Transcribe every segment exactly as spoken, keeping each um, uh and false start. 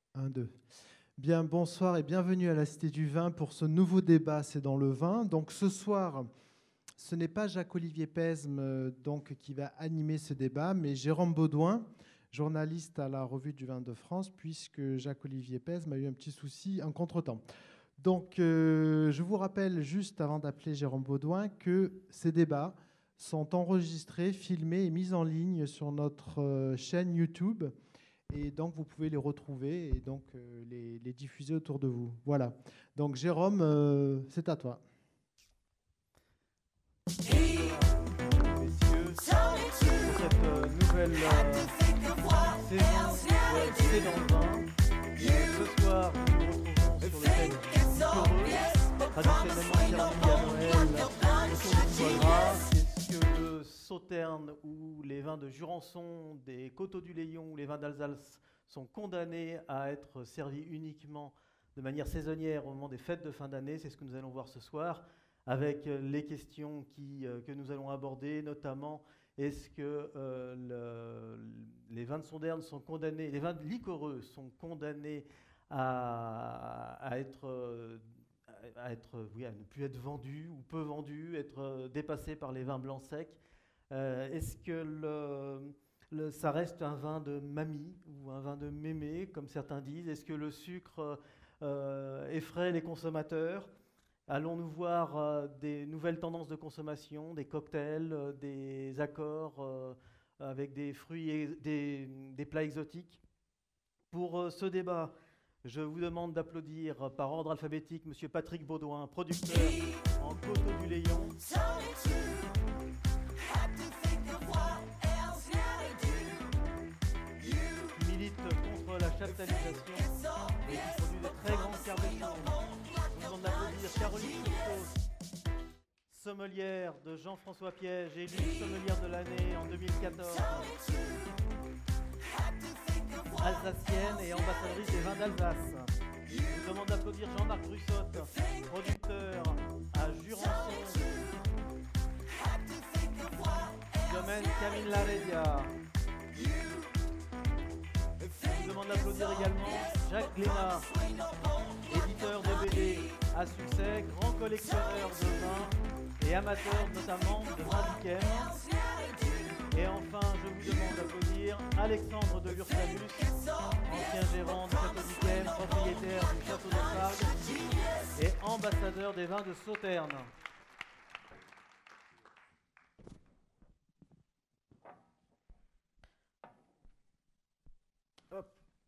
Un, deux. Bien, bonsoir et bienvenue à la Cité du Vin pour ce nouveau débat, c'est dans le vin. Donc ce soir, ce n'est pas Jacques-Olivier Pesme euh, donc, qui va animer ce débat, mais Jérôme Baudouin, journaliste à la Revue du Vin de France, puisque Jacques-Olivier Pesme a eu un petit souci, un contretemps. Donc euh, je vous rappelle juste avant d'appeler Jérôme Baudouin que ces débats sont enregistrés, filmés et mis en ligne sur notre euh, chaîne YouTube. Et donc, vous pouvez les retrouver et donc euh, les, les diffuser autour de vous. Voilà. Donc, Jérôme, euh, c'est à toi. Messieurs, pour cette euh, nouvelle euh, saison de C'est dans le vin. Euh, ce soir, nous nous retrouvons sur le thème du liquoreux, traditionnellement servi à Noël autour du foie gras. Est-ce que le Sauterne ou les vins de Jurançon, des Coteaux du Layon ou les vins d'Alsace sont condamnés à être servis uniquement de manière saisonnière au moment des fêtes de fin d'année? C'est ce que nous allons voir ce soir, avec les questions qui, euh, que nous allons aborder, notamment est-ce que euh, le, les vins de Sauterne sont condamnés, les vins liquoreux sont condamnés à, à être, euh, à, être, oui, à ne plus être vendus ou peu vendus, être euh, dépassés par les vins blancs secs? euh, Est-ce que le, le, ça reste un vin de mamie ou un vin de mémé, comme certains disent? Est-ce que le sucre euh, effraie les consommateurs? Allons-nous voir euh, des nouvelles tendances de consommation, des cocktails, euh, des accords euh, avec des fruits et des, des plats exotiques? Pour euh, ce débat, je vous demande d'applaudir euh, par ordre alphabétique M. Patrick Baudouin, producteur en Coteaux du Layon. Qui milite contre la chaptalisation et qui produit de très grandes carbonations. Je vous demande d'applaudir Caroline Turcos, sommelière de Jean-François Piège, élue sommelière de l'année en deux mille quatorze, alsacienne et ambassadrice des vins d'Alsace. Je vous demande d'applaudir Jean-Marc Brussotte, producteur à Jurançon, domaine Camille Laredia. Je vous demande d'applaudir également Jacques Glénat, éditeur de B D à succès, grand collectionneur de vins et amateur notamment de vin d'Yquem. Et enfin, je vous demande d'applaudir Alexandre de Lursalus, ancien gérant du château d'Yquem, propriétaire du château de Fargues et ambassadeur des vins de Sauterne. Hop.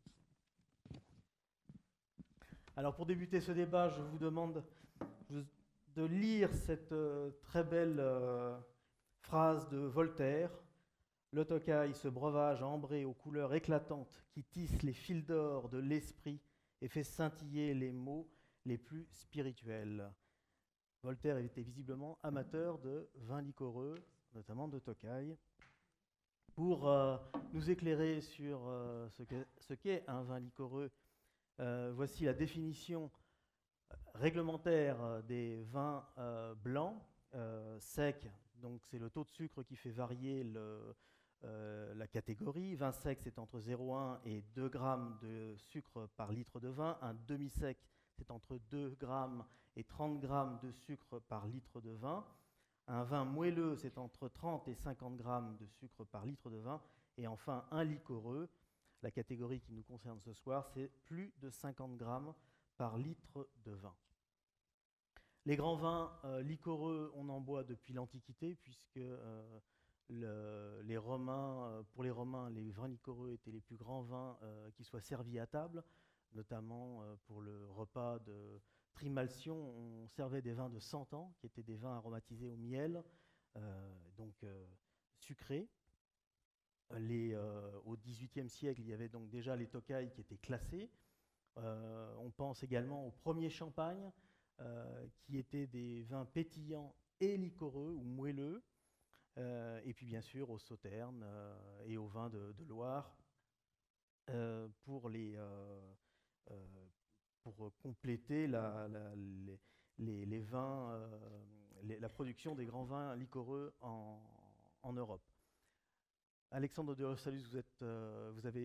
Alors pour débuter ce débat, je vous demande de lire cette euh, très belle euh, phrase de Voltaire. Le Tokaï, ce breuvage ambré aux couleurs éclatantes qui tisse les fils d'or de l'esprit et fait scintiller les mots les plus spirituels. Voltaire était visiblement amateur de vins liquoreux, notamment de Tokaï. Pour euh, nous éclairer sur euh, ce, qu'est, ce qu'est un vin liquoreux, euh, voici la définition réglementaire des vins euh, blancs euh, secs. Donc c'est le taux de sucre qui fait varier le, euh, la catégorie. Vin sec, c'est entre zéro virgule un et deux grammes de sucre par litre de vin. Un demi-sec, c'est entre deux grammes et trente grammes de sucre par litre de vin. Un vin moelleux, c'est entre trente et cinquante grammes de sucre par litre de vin. Et enfin, un liquoreux, la catégorie qui nous concerne ce soir, c'est plus de cinquante grammes par litre de vin. Les grands vins euh, liquoreux, on en boit depuis l'Antiquité, puisque euh, le, les Romains, euh, pour les Romains, les vins liquoreux étaient les plus grands vins euh, qui soient servis à table, notamment euh, pour le repas de Trimalcion, on servait des vins de cent ans, qui étaient des vins aromatisés au miel, euh, donc euh, sucrés. Les, euh, au dix-huitième siècle, il y avait donc déjà les Tokaï qui étaient classés. Euh, on pense également au premier champagne, euh, qui étaient des vins pétillants et liquoreux ou moelleux, euh, et puis bien sûr au Sauterne euh, et aux vins de, de Loire euh, pour, les, euh, euh, pour compléter la, la, les, les, les vins, euh, les, la production des grands vins liquoreux en, en Europe. Alexandre de Lursalus, vous, êtes, euh, vous avez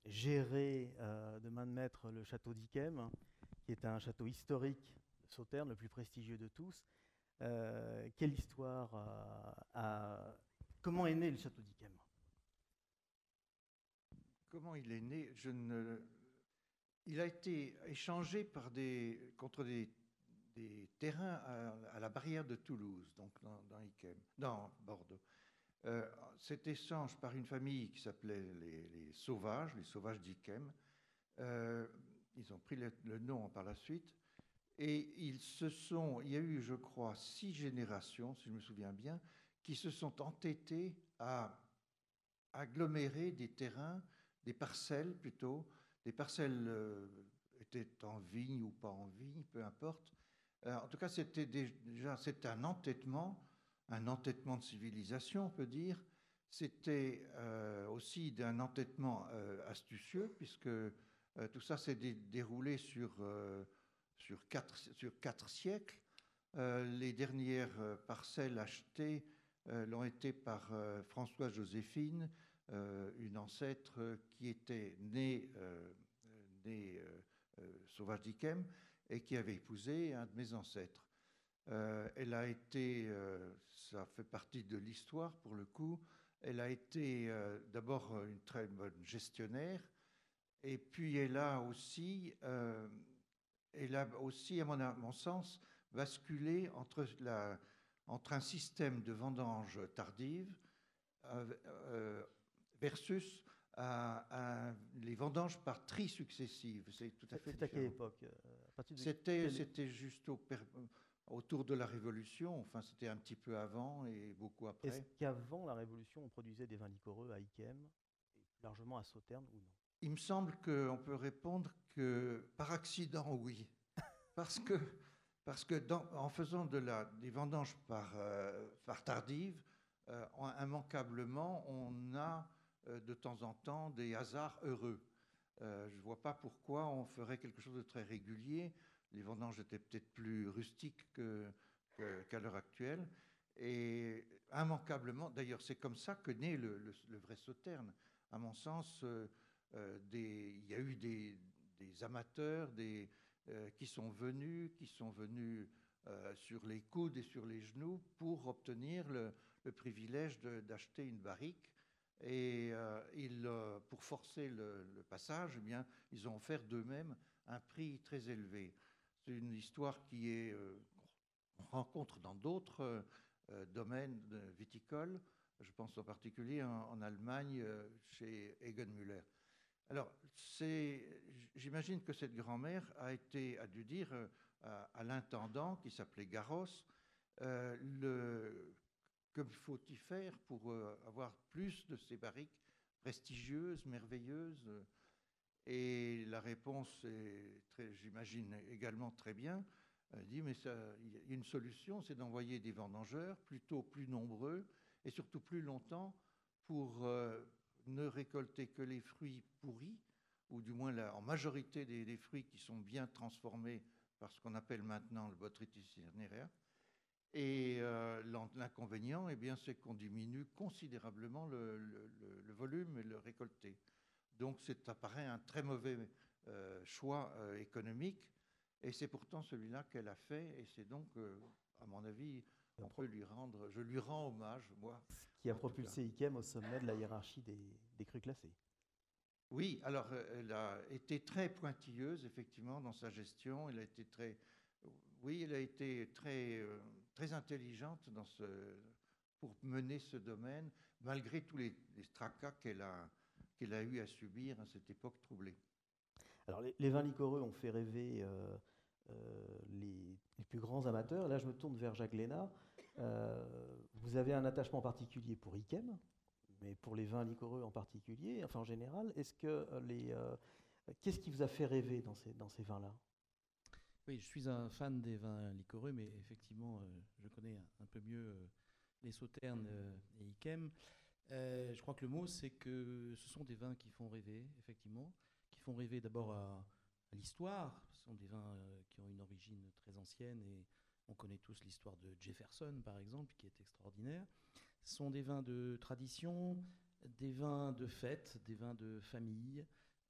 géré euh, de main de maître le château d'Yquem, qui est un château historique de Sauternes, le plus prestigieux de tous. Euh, quelle histoire a, a... Comment est né le château d'Yquem? Comment il est né? Je ne... Il a été échangé par des... contre des, des terrains à, à la barrière de Toulouse, donc dans, dans Yquem, dans Bordeaux. Euh, cet échange par une famille qui s'appelait les, les Sauvages, les Sauvages d'Yquem, euh, ils ont pris le, le nom par la suite, et ils se sont, il y a eu, je crois, six générations, si je me souviens bien, qui se sont entêtés à agglomérer des terrains, des parcelles plutôt, des parcelles euh, étaient en vigne ou pas en vigne, peu importe. Euh, en tout cas, c'était déjà c'était un entêtement, un entêtement de civilisation, on peut dire. C'était euh, aussi un entêtement euh, astucieux, puisque euh, tout ça s'est dé déroulé sur, euh, sur, quatre, sur quatre siècles. Euh, les dernières parcelles achetées euh, l'ont été par euh, Françoise-Joséphine, euh, une ancêtre qui était née, euh, née euh, euh, Sauvage d'Yquem et qui avait épousé un de mes ancêtres. Euh, elle a été, euh, ça fait partie de l'histoire pour le coup, elle a été euh, d'abord une très bonne gestionnaire, et puis elle a aussi, euh, elle a aussi à mon, à mon sens, basculé entre, la, entre un système de vendange tardive euh, euh, versus à, à les vendanges par tri successives. C'est tout à fait différent. C'est à quelle époque? C'était quelle... juste au, autour de la Révolution, enfin c'était un petit peu avant et beaucoup après. Est-ce qu'avant la Révolution, on produisait des vins liquoreux à Yquem et plus largement à Sauternes ou non? Il me semble qu'on peut répondre que par accident, oui. Parce que, parce que dans, en faisant de la, des vendanges par, euh, par tardive, euh, immanquablement, on a euh, de temps en temps des hasards heureux. Euh, je ne vois pas pourquoi on ferait quelque chose de très régulier. Les vendanges étaient peut-être plus rustiques que, que, qu'à l'heure actuelle. Et immanquablement, d'ailleurs, c'est comme ça que naît le, le, le vrai Sauterne. À mon sens, euh, euh, des, il y a eu des, des amateurs des, euh, qui sont venus, qui sont venus euh, sur les coudes et sur les genoux pour obtenir le, le privilège de, d'acheter une barrique. Et euh, ils, euh, pour forcer le, le passage, eh bien, ils ont offert d'eux-mêmes un prix très élevé. C'est une histoire qui est, euh, on rencontre dans d'autres euh, domaines viticoles. Je pense en particulier en, en Allemagne, euh, chez Egenmüller. Alors, j'imagine que cette grand-mère a, été, a dû dire euh, à, à l'intendant, qui s'appelait Garros, euh, le... que faut-il faire pour euh, avoir plus de ces barriques prestigieuses, merveilleuses? Et la réponse est, j'imagine, également très bien. Elle dit, mais il y a une solution, c'est d'envoyer des vendangeurs plutôt plus nombreux et surtout plus longtemps pour euh, ne récolter que les fruits pourris, ou du moins la, en majorité des, des fruits qui sont bien transformés par ce qu'on appelle maintenant le Botrytis cinerea. Et euh, l'inconvénient, eh bien, c'est qu'on diminue considérablement le, le, le, le volume et le récolté. Donc, ça apparaît un très mauvais euh, choix euh, économique, et c'est pourtant celui-là qu'elle a fait, et c'est donc, euh, à mon avis, on peut lui rendre, je lui rends hommage, moi. Ce qui a propulsé Yquem au sommet de la hiérarchie des, des crus classés. Oui, alors elle a été très pointilleuse, effectivement, dans sa gestion. Elle a été très, oui, elle a été très, euh, très intelligente dans ce, pour mener ce domaine, malgré tous les, les tracas qu'elle a, qu'elle a eu à subir à cette époque troublée. Alors, les, les vins liquoreux ont fait rêver euh, euh, les, les plus grands amateurs. Là, je me tourne vers Jacques Lénard. Euh, vous avez un attachement particulier pour Yquem, mais pour les vins liquoreux en particulier, enfin en général, est-ce que les, euh, qu'est-ce qui vous a fait rêver dans ces, dans ces vins-là? Oui, je suis un fan des vins liquoreux, mais effectivement, euh, je connais un, un peu mieux euh, les Sauternes euh, et Yquem. Euh, je crois que le mot, c'est que ce sont des vins qui font rêver, effectivement, qui font rêver d'abord à, à l'histoire. Ce sont des vins euh, qui ont une origine très ancienne et on connaît tous l'histoire de Jefferson, par exemple, qui est extraordinaire. Ce sont des vins de tradition, des vins de fête, des vins de famille,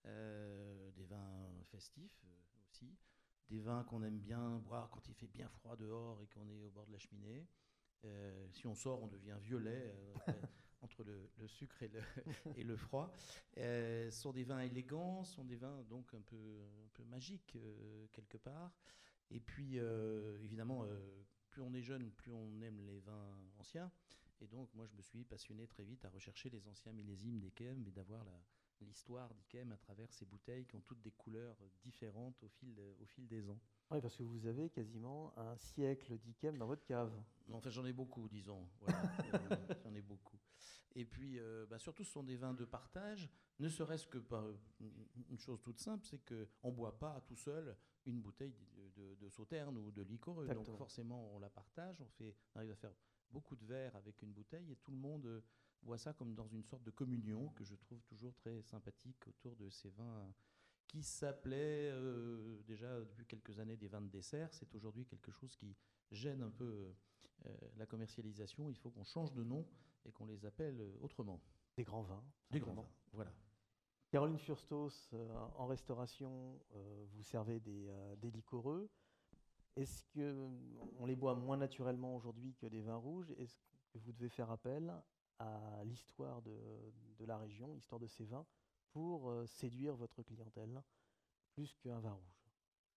euh, des vins festifs euh, aussi, des vins qu'on aime bien boire quand il fait bien froid dehors et qu'on est au bord de la cheminée. Euh, si on sort, on devient violet euh, entre le, le sucre et le, et le froid. Euh, ce sont des vins élégants, ce sont des vins donc un peu, un peu magiques euh, quelque part. Et puis, euh, évidemment, euh, plus on est jeune, plus on aime les vins anciens. Et donc, moi, je me suis passionné très vite à rechercher les anciens millésimes d'Yquem et d'avoir la, l'histoire d'Yquem à travers ces bouteilles qui ont toutes des couleurs différentes au fil, de, au fil des ans. Oui, parce que vous avez quasiment un siècle d'Yquem dans votre cave. Enfin, j'en ai beaucoup, disons. Voilà. euh, j'en ai beaucoup. Et puis, euh, bah, surtout, ce sont des vins de partage, ne serait-ce que par une chose toute simple, c'est qu'on ne boit pas tout seul une bouteille de, de, de Sauterne ou de Liquoreux. Donc, forcément, on la partage. On, fait, on arrive à faire beaucoup de verres avec une bouteille et tout le monde voit ça comme dans une sorte de communion que je trouve toujours très sympathique autour de ces vins qui s'appelaient euh, déjà depuis quelques années des vins de dessert. C'est aujourd'hui quelque chose qui gêne un peu euh, la commercialisation. Il faut qu'on change de nom et qu'on les appelle autrement. Des grands vins. Des grands vins, voilà. Caroline Furstos, euh, en restauration, euh, vous servez des, euh, des liquoreux. Est-ce qu'on les boit moins naturellement aujourd'hui que des vins rouges? Est-ce que vous devez faire appel à l'histoire de, de la région, l'histoire de ces vins, pour euh, séduire votre clientèle, plus qu'un vin rouge?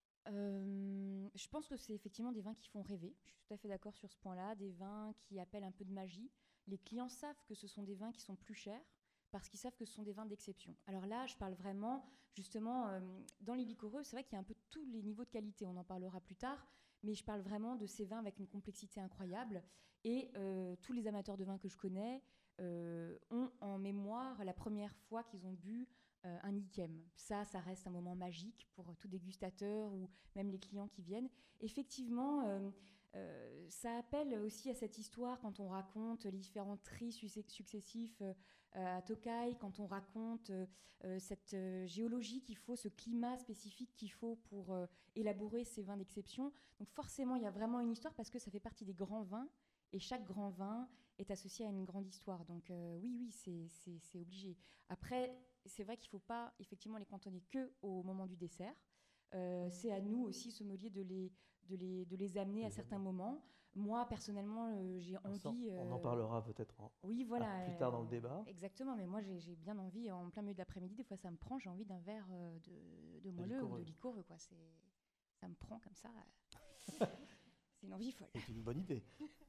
Euh, je pense que c'est effectivement des vins qui font rêver. Je suis tout à fait d'accord sur ce point-là. Des vins qui appellent un peu de magie. Les clients savent que ce sont des vins qui sont plus chers parce qu'ils savent que ce sont des vins d'exception. Alors là, je parle vraiment, justement, euh, dans les liquoreux, c'est vrai qu'il y a un peu tous les niveaux de qualité. On en parlera plus tard. Mais je parle vraiment de ces vins avec une complexité incroyable. Et euh, tous les amateurs de vin que je connais euh, ont en mémoire la première fois qu'ils ont bu Euh, un Yquem. Ça, ça reste un moment magique pour tout dégustateur ou même les clients qui viennent. Effectivement, euh, euh, ça appelle aussi à cette histoire quand on raconte les différents tris successifs euh, à Tokai, quand on raconte euh, euh, cette euh, géologie qu'il faut, ce climat spécifique qu'il faut pour euh, élaborer ces vins d'exception. Donc forcément, il y a vraiment une histoire parce que ça fait partie des grands vins et chaque grand vin est associé à une grande histoire. Donc euh, oui, oui, c'est, c'est, c'est obligé. Après, c'est vrai qu'il ne faut pas effectivement les cantonner qu'au moment du dessert. Euh, c'est à nous aussi, sommeliers, de les, de les, de les amener à certains moments. Moi, personnellement, euh, j'ai envie... Euh, on en parlera peut-être en, oui, voilà, ah, plus tard dans le débat. Exactement, mais moi, j'ai, j'ai bien envie, en plein milieu de l'après-midi, des fois ça me prend, j'ai envie d'un verre euh, de, de moelleux ou de liquoreux. Quoi. C'est, ça me prend comme ça. C'est une envie folle. C'est une bonne idée.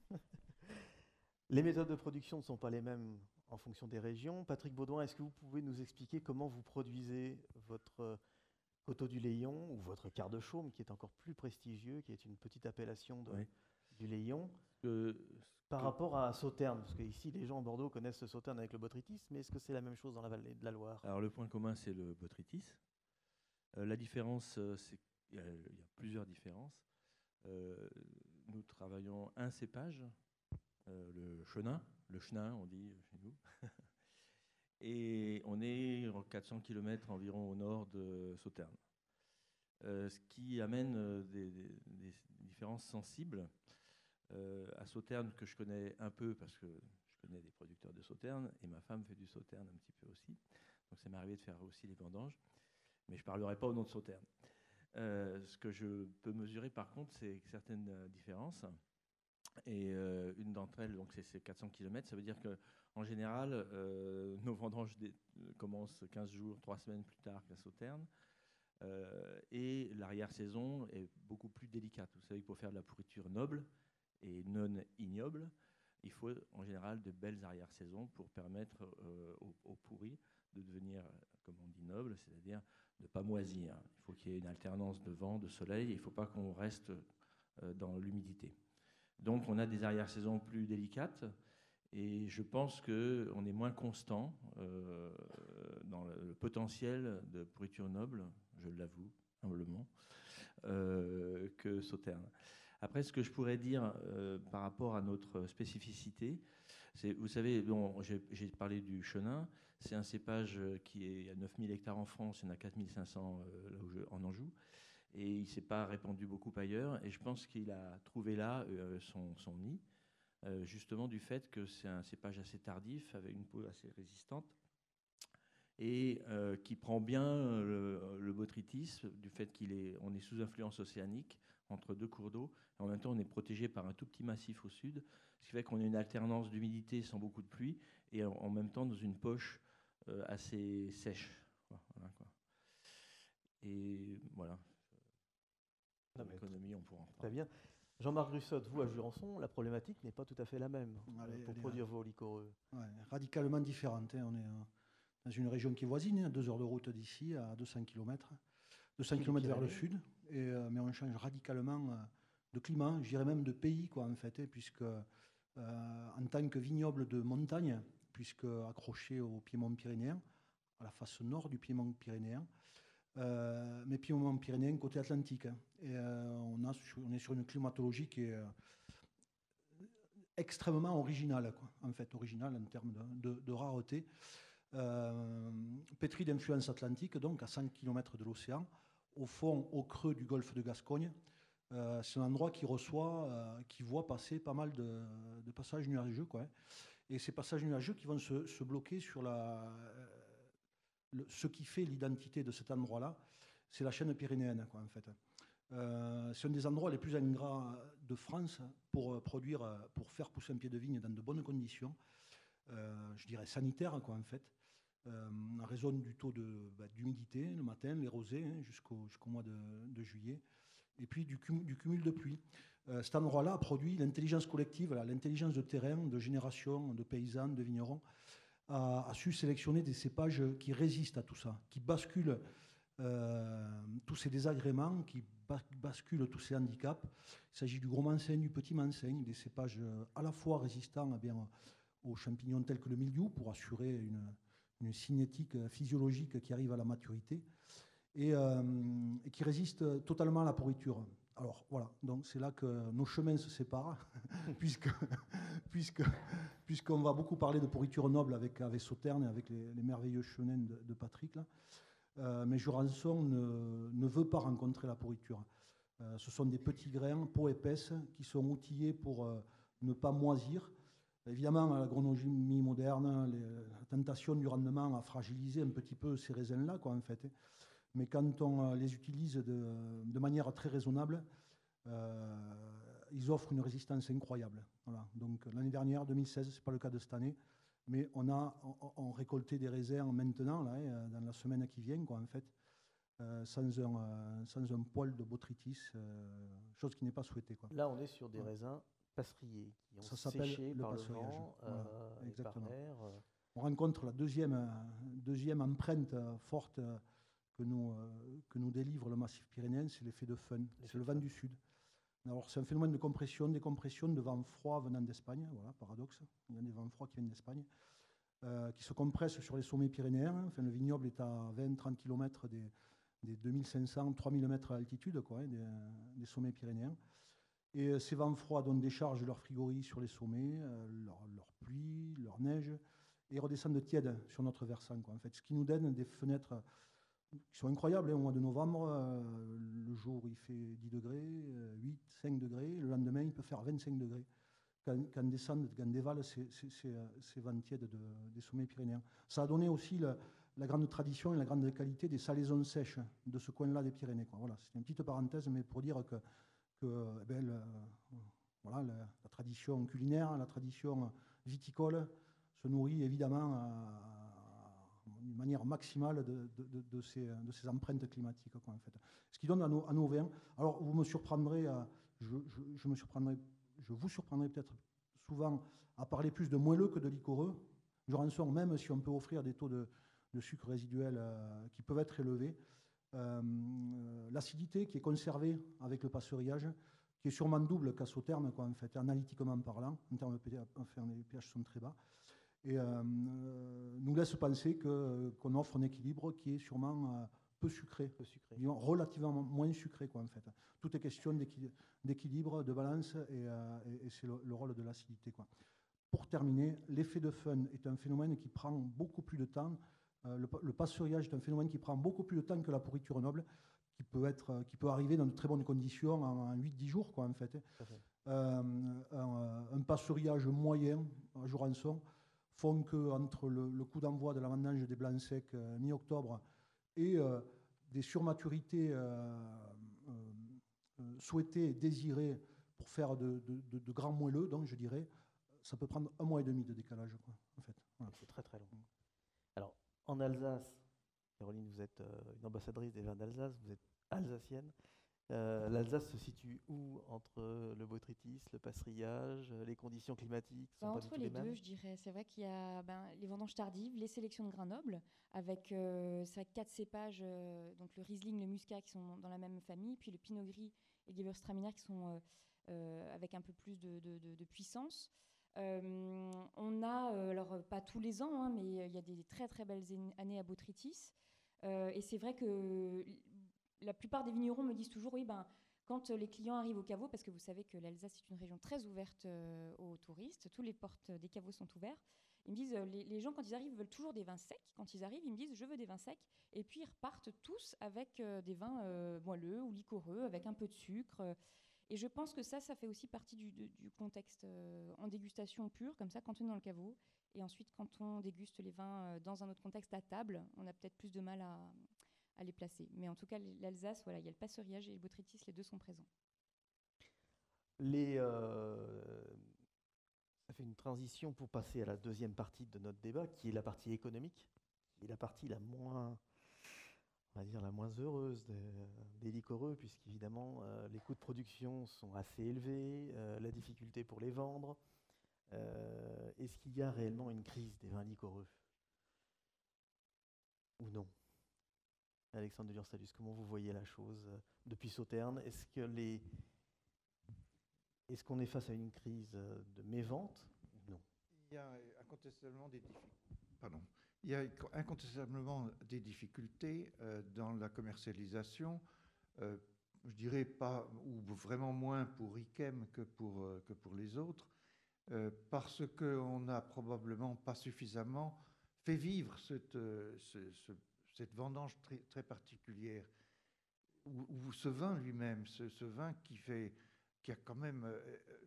Les méthodes de production ne sont pas les mêmes en fonction des régions. Patrick Baudouin, est-ce que vous pouvez nous expliquer comment vous produisez votre Coteaux du Layon ou votre quart de chaume, qui est encore plus prestigieux, qui est une petite appellation de, oui. du Layon, euh, par que... rapport à Sauternes? Parce qu'ici, les gens en Bordeaux connaissent Sauternes avec le botrytis, mais est-ce que c'est la même chose dans la vallée de la Loire? Alors, le point commun, c'est le botrytis. Euh, la différence, c'est qu'il y, y a plusieurs différences. Euh, nous travaillons un cépage, euh, le chenin, le chenin, on dit chez nous. Et on est à quatre cents kilomètres environ au nord de Sauternes. Euh, ce qui amène euh, des, des, des différences sensibles. Euh, à Sauternes, que je connais un peu parce que je connais des producteurs de Sauternes, et ma femme fait du Sauternes un petit peu aussi. Donc ça m'est arrivé de faire aussi les vendanges. Mais je ne parlerai pas au nom de Sauternes. Euh, ce que je peux mesurer par contre, c'est certaines euh, différences. Et euh, une d'entre elles, donc c'est ces quatre cents kilomètres, ça veut dire qu'en général, euh, nos vendanges des, euh, commencent quinze jours, trois semaines plus tard qu'à Sauternes. Euh, et l'arrière-saison est beaucoup plus délicate. Vous savez que pour faire de la pourriture noble et non ignoble, il faut en général de belles arrière-saisons pour permettre euh, aux, aux pourris de devenir, comme on dit, noble, c'est-à-dire de ne pas moisir. Il faut qu'il y ait une alternance de vent, de soleil, il ne faut pas qu'on reste euh, dans l'humidité. Donc on a des arrière-saisons plus délicates et je pense qu'on est moins constant euh, dans le, le potentiel de pourriture noble, je l'avoue humblement, euh, que Sauternes. Après, ce que je pourrais dire euh, par rapport à notre spécificité, c'est, vous savez, bon, j'ai, j'ai parlé du chenin, c'est un cépage qui est à neuf mille hectares en France, il y en a quatre mille cinq cents euh, là où je, en Anjou. Et il ne s'est pas répandu beaucoup ailleurs. Et je pense qu'il a trouvé là euh, son, son nid, euh, justement du fait que c'est un cépage assez tardif, avec une peau assez résistante. et euh, qui prend bien le, le botrytis du fait qu'il est, on est sous influence océanique entre deux cours d'eau. En même temps, on est protégé par un tout petit massif au sud, ce qui fait qu'on a une alternance d'humidité sans beaucoup de pluie et en, en même temps dans une poche euh, assez sèche. Voilà, quoi. Et voilà. Dans l'économie, on pourra en Très parler. bien. Jean-Marc Russotte, vous à Jurançon, la problématique n'est pas tout à fait la même Allez, euh, pour allez, produire vos liquoreux. Ouais, radicalement différente. Hein. On est euh, dans une région qui est voisine, à deux heures de route d'ici, à deux cents kilomètres. deux cents kilomètres vers le sud, et, euh, mais on change radicalement euh, de climat, je dirais même de pays, quoi, en fait, hein, puisque euh, en tant que vignoble de montagne, puisque accroché au piémont pyrénéen, à la face nord du piémont pyrénéen, euh, mais piémont pyrénéen côté Atlantique. Hein, et euh, on, a, on est sur une climatologie qui est euh, extrêmement originale, quoi, en fait, originale en termes de, de, de rareté. Euh, pétri d'influence atlantique, donc à cent kilomètres de l'océan, au fond, au creux du golfe de Gascogne. Euh, c'est un endroit qui reçoit, euh, qui voit passer pas mal de, de passages nuageux, quoi, hein. Et ces passages nuageux qui vont se, se bloquer sur la, euh, le, ce qui fait l'identité de cet endroit-là, c'est la chaîne pyrénéenne, quoi, en fait. Euh, c'est un des endroits les plus ingrats de France pour produire, pour faire pousser un pied de vigne dans de bonnes conditions, euh, je dirais sanitaires, quoi, en fait. Euh, en raison du taux de, bah, d'humidité le matin, les rosées, hein, jusqu'au, jusqu'au mois de, de juillet, et puis du cumul, du cumul de pluie. Euh, cet endroit-là a produit l'intelligence collective, là, l'intelligence de terrain, de génération, de paysans, de vignerons, a, a su sélectionner des cépages qui résistent à tout ça, qui basculent euh, tous ces désagréments, qui bas, basculent tous ces handicaps. Il s'agit du gros manceigne, du petit manceigne, des cépages à la fois résistants eh bien, aux champignons tels que le mildiou pour assurer une une cinétique physiologique qui arrive à la maturité et, euh, et qui résiste totalement à la pourriture. Alors voilà, donc c'est là que nos chemins se séparent, puisque, puisque, puisqu'on va beaucoup parler de pourriture noble avec, avec Sauternes et avec les, les merveilleux chenins de, de Patrick, là. Euh, mais Jurançon ne, ne veut pas rencontrer la pourriture. Euh, ce sont des petits grains, peau épaisse, qui sont outillés pour euh, ne pas moisir. Évidemment, l'agronomie moderne, les, la tentation du rendement a fragilisé un petit peu ces raisins-là, quoi, en fait. Mais quand on les utilise de, de manière très raisonnable, euh, ils offrent une résistance incroyable. Voilà. Donc l'année dernière, deux mille seize, ce n'est pas le cas de cette année, mais on a on, on récolté des raisins maintenant, là, dans la semaine qui vient, quoi, en fait, euh, sans, un, euh, sans un poil de botrytis, euh, chose qui n'est pas souhaitée, quoi. Là, on est sur des ouais. raisins passeриers qui ont ça s'appelle séché le par le passerillage. vent Voilà, euh, et exactement. par l'air. Euh. On rencontre la deuxième, deuxième empreinte forte que nous, que nous délivre le massif pyrénéen, c'est l'effet de fun, c'est le vent du sud. Alors c'est un phénomène de compression, décompression de vents froids venant d'Espagne, voilà, paradoxe, il y a des vents froids qui viennent d'Espagne, euh, qui se compressent sur les sommets pyrénéens. Enfin, le vignoble est à vingt à trente kilomètres des, des deux mille cinq cents à trois mille mètres d'altitude, quoi, hein, des, des sommets pyrénéens. Et ces vents froids donnent des charges de leur frigories sur les sommets, euh, leur, leur pluie, leur neige, et redescendent tièdes sur notre versant, quoi, en fait, ce qui nous donne des fenêtres qui sont incroyables. Hein, au mois de novembre, euh, le jour il fait dix degrés, euh, huit, cinq degrés, le lendemain il peut faire vingt-cinq degrés. Quand, quand descendent, quand dévalent ces, ces, ces, ces vents tièdes de, des sommets pyrénéens. Ça a donné aussi le, la grande tradition et la grande qualité des salaisons sèches de ce coin-là des Pyrénées, quoi. Voilà, c'est une petite parenthèse, mais pour dire que que eh bien, le, voilà, la, la tradition culinaire, la tradition viticole se nourrit évidemment d'une manière maximale de, de, de, de, ces, de ces empreintes climatiques, quoi, en fait. Ce qui donne à nos, à nos vins. Alors vous me surprendrez, je, je, je, me surprendrai, je vous surprendrai peut-être souvent à parler plus de moelleux que de liquoreux. Jurançon, même si on peut offrir des taux de, de sucre résiduel euh, qui peuvent être élevés, Euh, l'acidité qui est conservée avec le passerillage, qui est sûrement double qu'à Sauternes, quoi, en fait, analytiquement parlant, en termes de pH, enfin, les pH sont très bas, et euh, nous laisse penser que, qu'on offre un équilibre qui est sûrement euh, peu sucré, peu sucré. Disons, relativement moins sucré, quoi, en fait. Tout est question d'équilibre, d'équilibre de balance, et, euh, et, et c'est le, le rôle de l'acidité, quoi. Pour terminer, l'effet de fun est un phénomène qui prend beaucoup plus de temps. Euh, le, le passerillage est un phénomène qui prend beaucoup plus de temps que la pourriture noble, qui peut, être, qui peut arriver dans de très bonnes conditions en, en huit à dix jours, quoi, en fait. Okay. Euh, un, un passerillage moyen à Jurançon font qu'entre le, le coup d'envoi de la vendange des blancs secs euh, mi-octobre et euh, des surmaturités euh, euh, euh, souhaitées et désirées pour faire de, de, de, de grands moelleux, donc je dirais, ça peut prendre un mois et demi de décalage, quoi, en fait. Voilà. C'est très très long. Alors, en Alsace, Caroline, vous êtes euh, une ambassadrice des vins d'Alsace, vous êtes alsacienne. Euh, L'Alsace se situe où entre le botrytis, le passerillage, les conditions climatiques sont Bah, pas entre du tout les les mêmes. deux, je dirais. C'est vrai qu'il y a ben, les vendanges tardives, les sélections de grains nobles, avec euh, c'est vrai, quatre cépages, euh, donc le Riesling, le Muscat qui sont dans la même famille, puis le Pinot Gris et le Gewürztraminer qui sont euh, euh, avec un peu plus de, de- de- de puissance. Euh, on a, euh, alors euh, pas tous les ans, hein, mais il y a des très très belles an- années à Botrytis. Euh, et c'est vrai que la plupart des vignerons me disent toujours, oui, ben, quand les clients arrivent au caveau, parce que vous savez que l'Alsace est une région très ouverte euh, aux touristes, toutes les portes des caveaux sont ouvertes. Ils me disent, euh, les, les gens quand ils arrivent veulent toujours des vins secs. Quand ils arrivent, ils me disent, je veux des vins secs. Et puis ils repartent tous avec euh, des vins euh, moelleux ou liquoreux, avec un peu de sucre. euh. Et je pense que ça, ça fait aussi partie du, du- du contexte euh, en dégustation pure, comme ça, quand on est dans le caveau. Et ensuite, quand on déguste les vins euh, dans un autre contexte à table, on a peut-être plus de mal à, à les placer. Mais en tout cas, l'Alsace, voilà, il y a le passerillage et le botrytis, les deux sont présents. Les, euh, ça fait une transition pour passer à la deuxième partie de notre débat, qui est la partie économique, qui est la partie la moins, on va dire, la moins heureuse des, des liquoreux, puisqu'évidemment, euh, les coûts de production sont assez élevés, euh, la difficulté pour les vendre. Euh, Est-ce qu'il y a réellement une crise des vins liquoreux ou non? Alexandre de Lursalus, comment vous voyez la chose euh, depuis Sauternes? Est-ce que les Est-ce qu'on est face à une crise euh, de mévente ou non? Il y a incontestablement des difficultés. Pardon. Il y a incontestablement des difficultés euh, dans la commercialisation. Euh, je dirais pas, ou vraiment moins pour Yquem que pour, euh, que pour les autres, euh, parce qu'on n'a probablement pas suffisamment fait vivre cette, euh, ce- ce- cette vendange très, très particulière, ou, ou ce vin lui-même, ce, ce vin qui, fait, qui a quand même euh,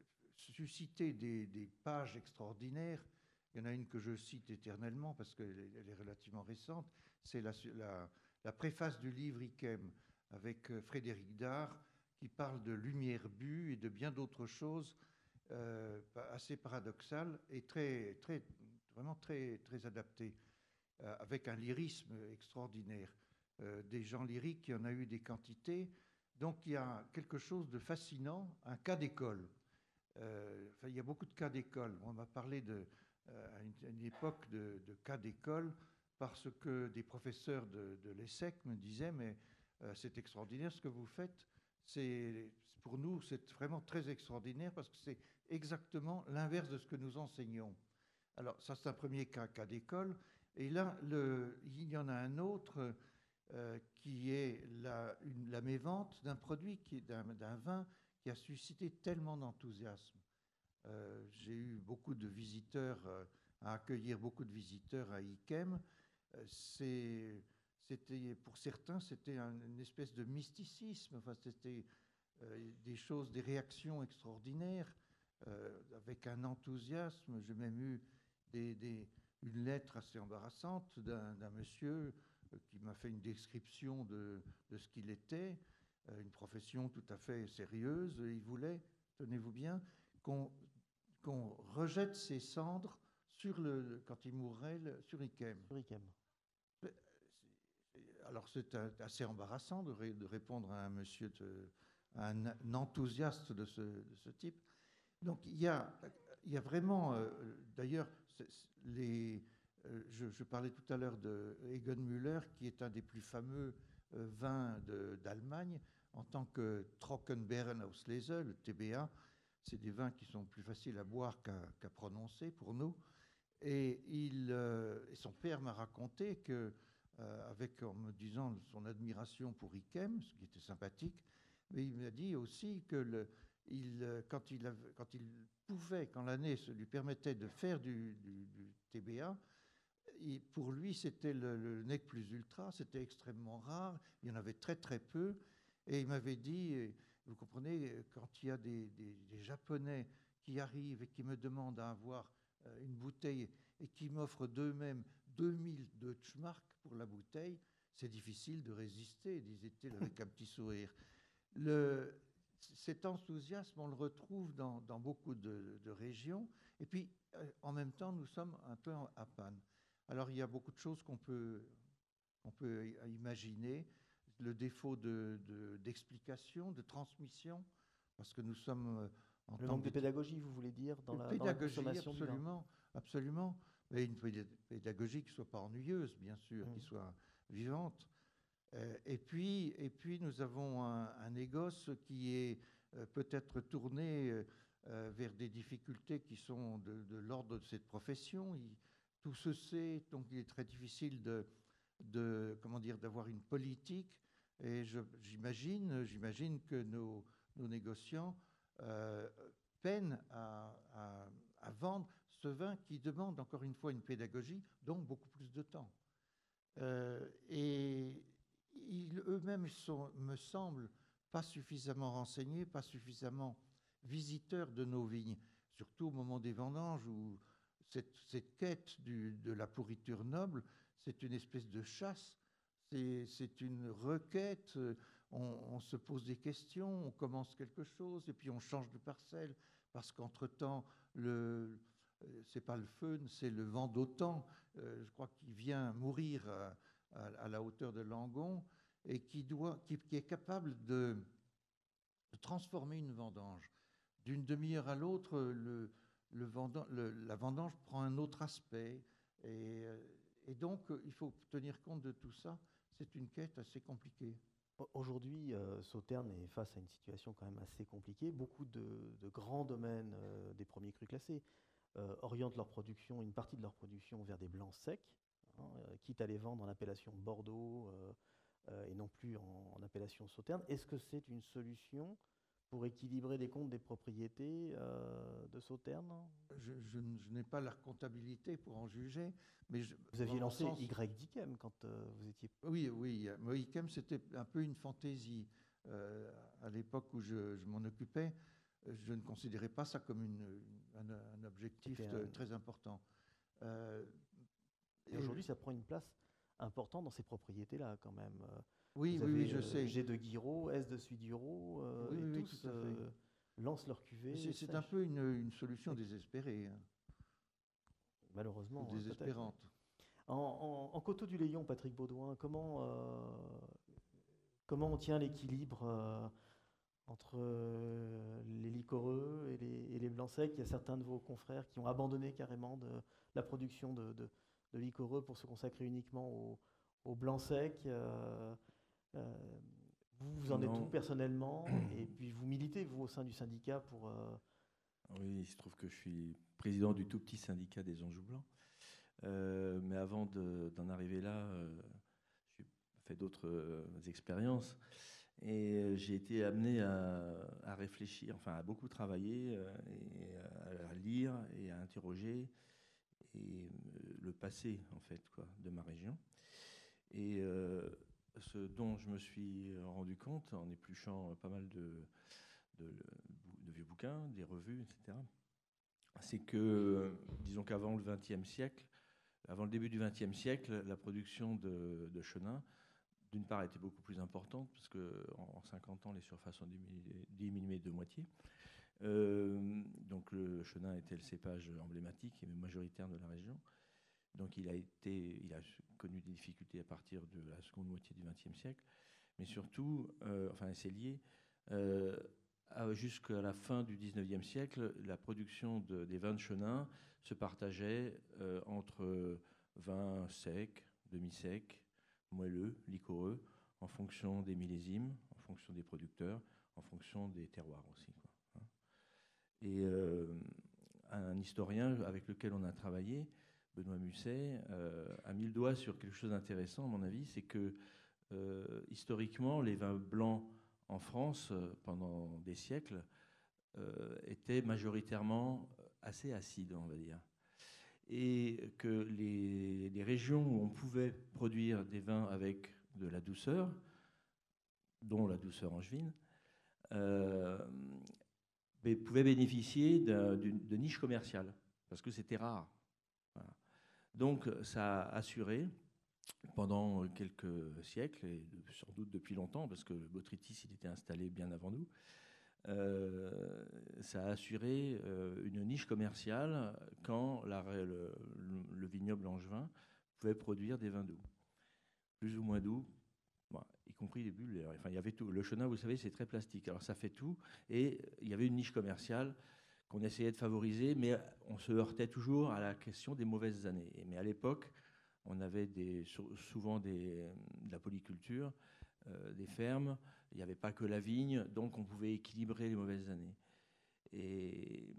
suscité des, des pages extraordinaires. Il y en a une que je cite éternellement parce qu'elle est, elle est relativement récente, c'est la, la, la préface du livre Yquem avec euh, Frédéric Dard qui parle de lumière bue et de bien d'autres choses euh, assez paradoxales et très, très, vraiment très, très adaptées, euh, avec un lyrisme extraordinaire. Euh, des gens lyriques, il y en a eu des quantités. Donc il y a quelque chose de fascinant, un cas d'école. Euh, enfin, il y a beaucoup de cas d'école. On m'a parlé de, euh, à, une, à une époque de, de cas d'école parce que des professeurs de, de l'ESSEC me disaient mais euh, c'est extraordinaire ce que vous faites. C'est, pour nous, c'est vraiment très extraordinaire parce que c'est exactement l'inverse de ce que nous enseignons. Alors ça, c'est un premier cas, cas d'école. Et là, le, il y en a un autre euh, qui est la, une, la mévente d'un produit, qui, d'un, d'un vin qui a suscité tellement d'enthousiasme. Euh, j'ai eu beaucoup de visiteurs, euh, à accueillir beaucoup de visiteurs à Yquem. Euh, c'est, c'était, pour certains, c'était un, une espèce de mysticisme. Enfin, c'était euh, des choses, des réactions extraordinaires, euh, avec un enthousiasme. J'ai même eu des, des, une lettre assez embarrassante d'un, d'un monsieur euh, qui m'a fait une description de, de ce qu'il était, euh, une profession tout à fait sérieuse. Il voulait, tenez-vous bien, qu'on, qu'on rejette ses cendres sur le, quand il mourrait le, sur Yquem. Sur Yquem. Alors c'est assez embarrassant de, ré, de répondre à un monsieur, de, à un, un enthousiaste de ce, de ce type. Donc il y a, il y a vraiment, euh, d'ailleurs, les, euh, je, je parlais tout à l'heure de Egenmüller, qui est un des plus fameux euh, vins de, d'Allemagne, en tant que Trockenbeerenauslese, le T B A. C'est des vins qui sont plus faciles à boire qu'à, qu'à prononcer pour nous. Et, il, euh, et son père m'a raconté que, euh, avec, en me disant son admiration pour Yquem, ce qui était sympathique, mais il m'a dit aussi que le, il, quand, il avait, quand il pouvait, quand l'année se lui permettait de faire du, du, du T B A, il, pour lui c'était le, le nec plus ultra, c'était extrêmement rare, il y en avait très très peu, et il m'avait dit, vous comprenez, quand il y a des, des, des Japonais qui arrivent et qui me demandent à avoir euh, une bouteille et qui m'offrent d'eux-mêmes deux mille Deutschmark pour la bouteille, c'est difficile de résister, disait-il avec un petit sourire. Le, cet enthousiasme, on le retrouve dans, dans beaucoup de, de régions. Et puis, euh, en même temps, nous sommes un peu à panne. Alors, il y a beaucoup de choses qu'on peut, qu'on peut imaginer. Le défaut de, de, d'explication, de transmission, parce que nous sommes en Le temps manque de pédagogie, vous voulez dire, dans la, dans la consommation du vin. Absolument, absolument. Mais une pédagogie qui ne soit pas ennuyeuse, bien sûr, mmh. qui soit vivante. Euh, et, puis, et puis, nous avons un, un négoce qui est euh, peut-être tourné euh, vers des difficultés qui sont de, de l'ordre de cette profession. Il, tout se sait, donc il est très difficile de, de comment dire, d'avoir une politique. Et je, j'imagine, j'imagine que nos, nos négociants euh, peinent à, à, à vendre ce vin qui demande encore une fois une pédagogie, donc beaucoup plus de temps. Euh, et ils, eux-mêmes sont, me semblent, pas suffisamment renseignés, pas suffisamment visiteurs de nos vignes, surtout au moment des vendanges où cette, cette quête du, de la pourriture noble, c'est une espèce de chasse, c'est, c'est une requête, on, on se pose des questions, on commence quelque chose et puis on change de parcelle parce qu'entre-temps, le, c'est pas le feu, c'est le vent d'Autan, euh, je crois qu'il vient mourir à, à, à la hauteur de Langon et qui, doit, qui, qui est capable de, de transformer une vendange. D'une demi-heure à l'autre, le, le vendange, le, la vendange prend un autre aspect et, et donc il faut tenir compte de tout ça. C'est une quête assez compliquée. Aujourd'hui, euh, Sauternes est face à une situation quand même assez compliquée. Beaucoup de, de grands domaines euh, des premiers crus classés euh, orientent leur production, une partie de leur production vers des blancs secs, hein, euh, quitte à les vendre en appellation Bordeaux euh, euh, et non plus en, en appellation Sauternes. Est-ce que c'est une solution pour équilibrer les comptes des propriétés euh, de Sauternes? Je, je, je n'ai pas la comptabilité pour en juger, mais je, vous aviez lancé sens... Y Dickem quand euh, vous étiez... Oui, oui, Y Dickem c'était un peu une fantaisie. Euh, à l'époque où je, je m'en occupais, je ne considérais pas ça comme une, un, un objectif un... très important. Euh, et aujourd'hui, ça prend une place importante dans ces propriétés-là quand même. Oui, vous oui, avez, oui, je euh, sais. G de Guiraud, S de Suiduro, euh, oui, et oui, tous tout à fait. Euh, lancent leur cuvée. C'est, c'est un peu une, une solution désespérée. Hein. Malheureusement. Ou désespérante. En, en, en Coteaux du Layon, Patrick Baudouin, comment, euh, comment on tient l'équilibre euh, entre euh, les liquoreux et les, et les blancs secs? Il y a certains de vos confrères qui ont abandonné carrément de, la production de, de, de liquoreux pour se consacrer uniquement aux, aux blancs secs. Euh, euh, vous, vous en non. êtes où personnellement? Et puis vous militez, vous, au sein du syndicat pour... Euh... Oui, il se trouve que je suis président du tout petit syndicat des Anjou Blancs. Euh, mais avant de, d'en arriver là, euh, j'ai fait d'autres euh, expériences et euh, j'ai été amené à, à réfléchir, enfin à beaucoup travailler euh, et à, à lire et à interroger et euh, le passé en fait quoi de ma région. Et euh, ce dont je me suis rendu compte en épluchant pas mal de, de, de vieux bouquins, des revues, et cetera, c'est que disons qu'avant le vingtième siècle, avant le début du vingtième siècle, la production de, de chenin, d'une part, était beaucoup plus importante, parce qu'en cinquante ans, les surfaces ont diminué de moitié. Euh, donc le chenin était le cépage emblématique et majoritaire de la région. Donc il a, été, il a connu des difficultés à partir de la seconde moitié du vingtième siècle. Mais surtout, euh, enfin c'est lié, euh, jusqu'à la fin du dix-neuvième siècle, la production de, des vins de chenin se partageait euh, entre vins secs, demi-secs, moelleux, liquoreux, en fonction des millésimes, en fonction des producteurs, en fonction des terroirs aussi, quoi, hein. Et euh, un historien avec lequel on a travaillé, Benoît Musset, euh, a mis le doigt sur quelque chose d'intéressant, à mon avis, c'est que euh, historiquement, les vins blancs en France, pendant des siècles, euh, étaient majoritairement assez acides, on va dire. Et que les, les régions où on pouvait produire des vins avec de la douceur, dont la douceur angevine, euh, pouvaient bénéficier de, de, de niches commerciales. parce que c'était rare. Voilà. Donc ça a assuré pendant quelques siècles, et sans doute depuis longtemps, parce que le botrytis il était installé bien avant nous, euh, ça a assuré euh, une niche commerciale quand la, le, le, le vignoble angevin pouvait produire des vins doux, plus ou moins doux, bon, y compris des bulles. Enfin, il y avait tout. Le chenin, vous savez, c'est très plastique, alors ça fait tout, et il y avait une niche commerciale qu'on essayait de favoriser, mais on se heurtait toujours à la question des mauvaises années. Mais à l'époque, on avait des, souvent des, de la polyculture, euh, des fermes, il n'y avait pas que la vigne, donc on pouvait équilibrer les mauvaises années. Et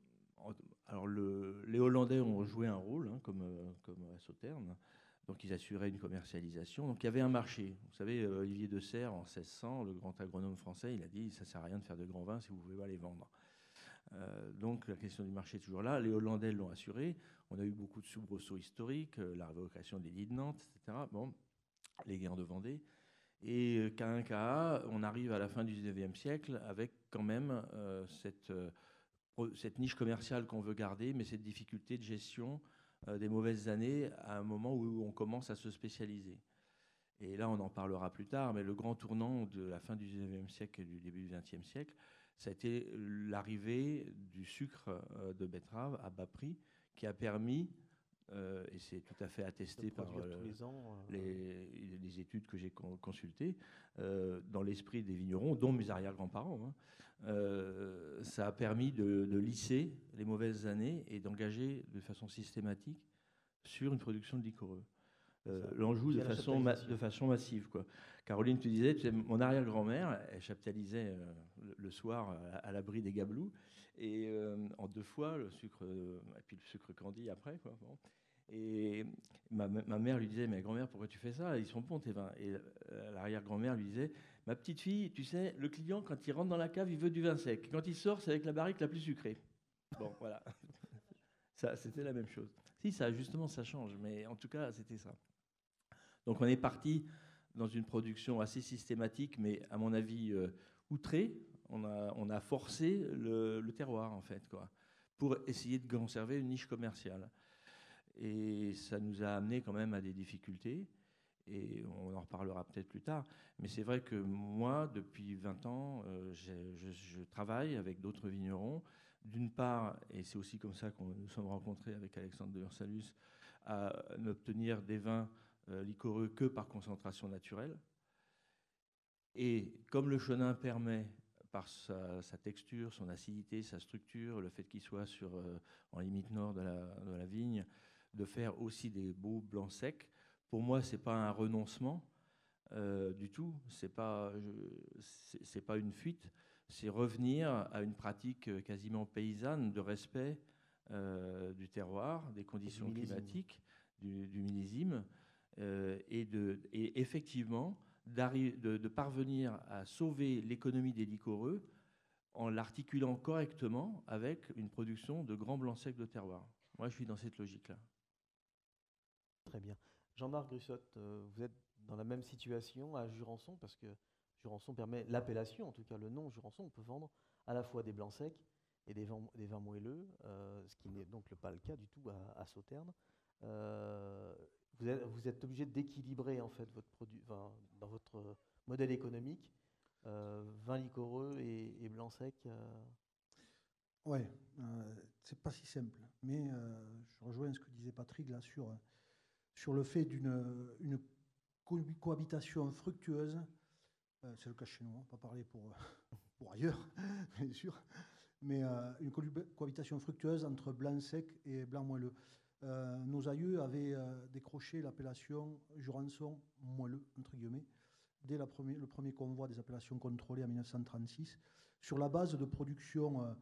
alors le, les Hollandais ont joué un rôle, hein, comme, comme à Sauternes, donc ils assuraient une commercialisation. Donc il y avait un marché. Vous savez, Olivier de Serres, en seize cents, le grand agronome français, il a dit « ça ne sert à rien de faire de grands vins si vous ne pouvez pas les vendre ». Euh, donc la question du marché est toujours là. Les Hollandais l'ont assuré. On a eu beaucoup de soubresauts historiques, euh, la révocation des lits de Nantes, et cetera. Bon, les guerres de Vendée. Et K un K A, on arrive à la fin du dix-neuvième siècle avec quand même euh, cette, euh, cette niche commerciale qu'on veut garder, mais cette difficulté de gestion euh, des mauvaises années à un moment où on commence à se spécialiser. Et là, on en parlera plus tard, mais le grand tournant de la fin du dix-neuvième siècle et du début du vingtième siècle, ça a été l'arrivée du sucre de betterave à bas prix qui a permis, euh, et c'est tout à fait attesté par euh, tous les, ans, euh, les, les études que j'ai consultées, euh, dans l'esprit des vignerons, dont mes arrière-grands-parents, hein, euh, ça a permis de, de lisser les mauvaises années et d'engager de façon systématique sur une production de liquoreux. Euh, L'Anjou de façon, de façon massive, quoi. Caroline, tu disais, tu sais, mon arrière-grand-mère, elle chaptalisait euh, le, le soir à, à l'abri des gabelous, et euh, en deux fois, le sucre, euh, et puis le sucre candi après, quoi. Bon. Et ma, ma mère lui disait, mais grand-mère, pourquoi tu fais ça? Ils sont bons tes vins. Et euh, l'arrière-grand-mère lui disait, ma petite fille, tu sais, le client, quand il rentre dans la cave, il veut du vin sec. Quand il sort, c'est avec la barrique la plus sucrée. Bon, voilà. Ça, c'était la même chose. Si, ça, justement, ça change, mais en tout cas, c'était ça. Donc on est parti dans une production assez systématique, mais à mon avis euh, outrée. On a, on a forcé le, le terroir, en fait, quoi, pour essayer de conserver une niche commerciale. Et ça nous a amené quand même à des difficultés, et on en reparlera peut-être plus tard. Mais c'est vrai que moi, depuis vingt ans, euh, je, je travaille avec d'autres vignerons. D'une part, et c'est aussi comme ça qu'on nous sommes rencontrés avec Alexandre de Ursalus, à obtenir des vins Euh, liquoreux que par concentration naturelle. Et comme le chenin permet, par sa, sa texture, son acidité, sa structure, le fait qu'il soit sur, euh, en limite nord de la, de la vigne, de faire aussi des beaux blancs secs, pour moi, ce n'est pas un renoncement euh, du tout, ce n'est pas, c'est pas une fuite, c'est revenir à une pratique quasiment paysanne de respect euh, du terroir, des conditions du climatiques, du, du millésime, Euh, et, de, et effectivement de, de parvenir à sauver l'économie des liquoreux en l'articulant correctement avec une production de grands blancs secs de terroir. Moi, je suis dans cette logique-là. Très bien. Jean-Marc Grussotte, euh, vous êtes dans la même situation à Jurançon, parce que Jurançon permet l'appellation, en tout cas le nom Jurançon, on peut vendre à la fois des blancs secs et des vins, des vins moelleux, euh, ce qui n'est donc pas le cas du tout à, à Sauternes. Euh, Vous êtes, vous êtes obligé d'équilibrer en fait votre produit, enfin, dans votre modèle économique, euh, vin liquoreux et, et blanc sec. Euh... Ouais, euh, c'est pas si simple. Mais euh, je rejoins ce que disait Patrick là sur sur le fait d'une une co cohabitation fructueuse. Euh, c'est le cas chez nous, on va pas parler pour pour ailleurs, bien sûr. Mais euh, une co cohabitation fructueuse entre blanc sec et blanc moelleux. Euh, nos aïeux avaient euh, décroché l'appellation Jurançon moelleux, entre guillemets, dès la premier, le premier convoi des appellations contrôlées en mille neuf cent trente-six, sur la base de production euh,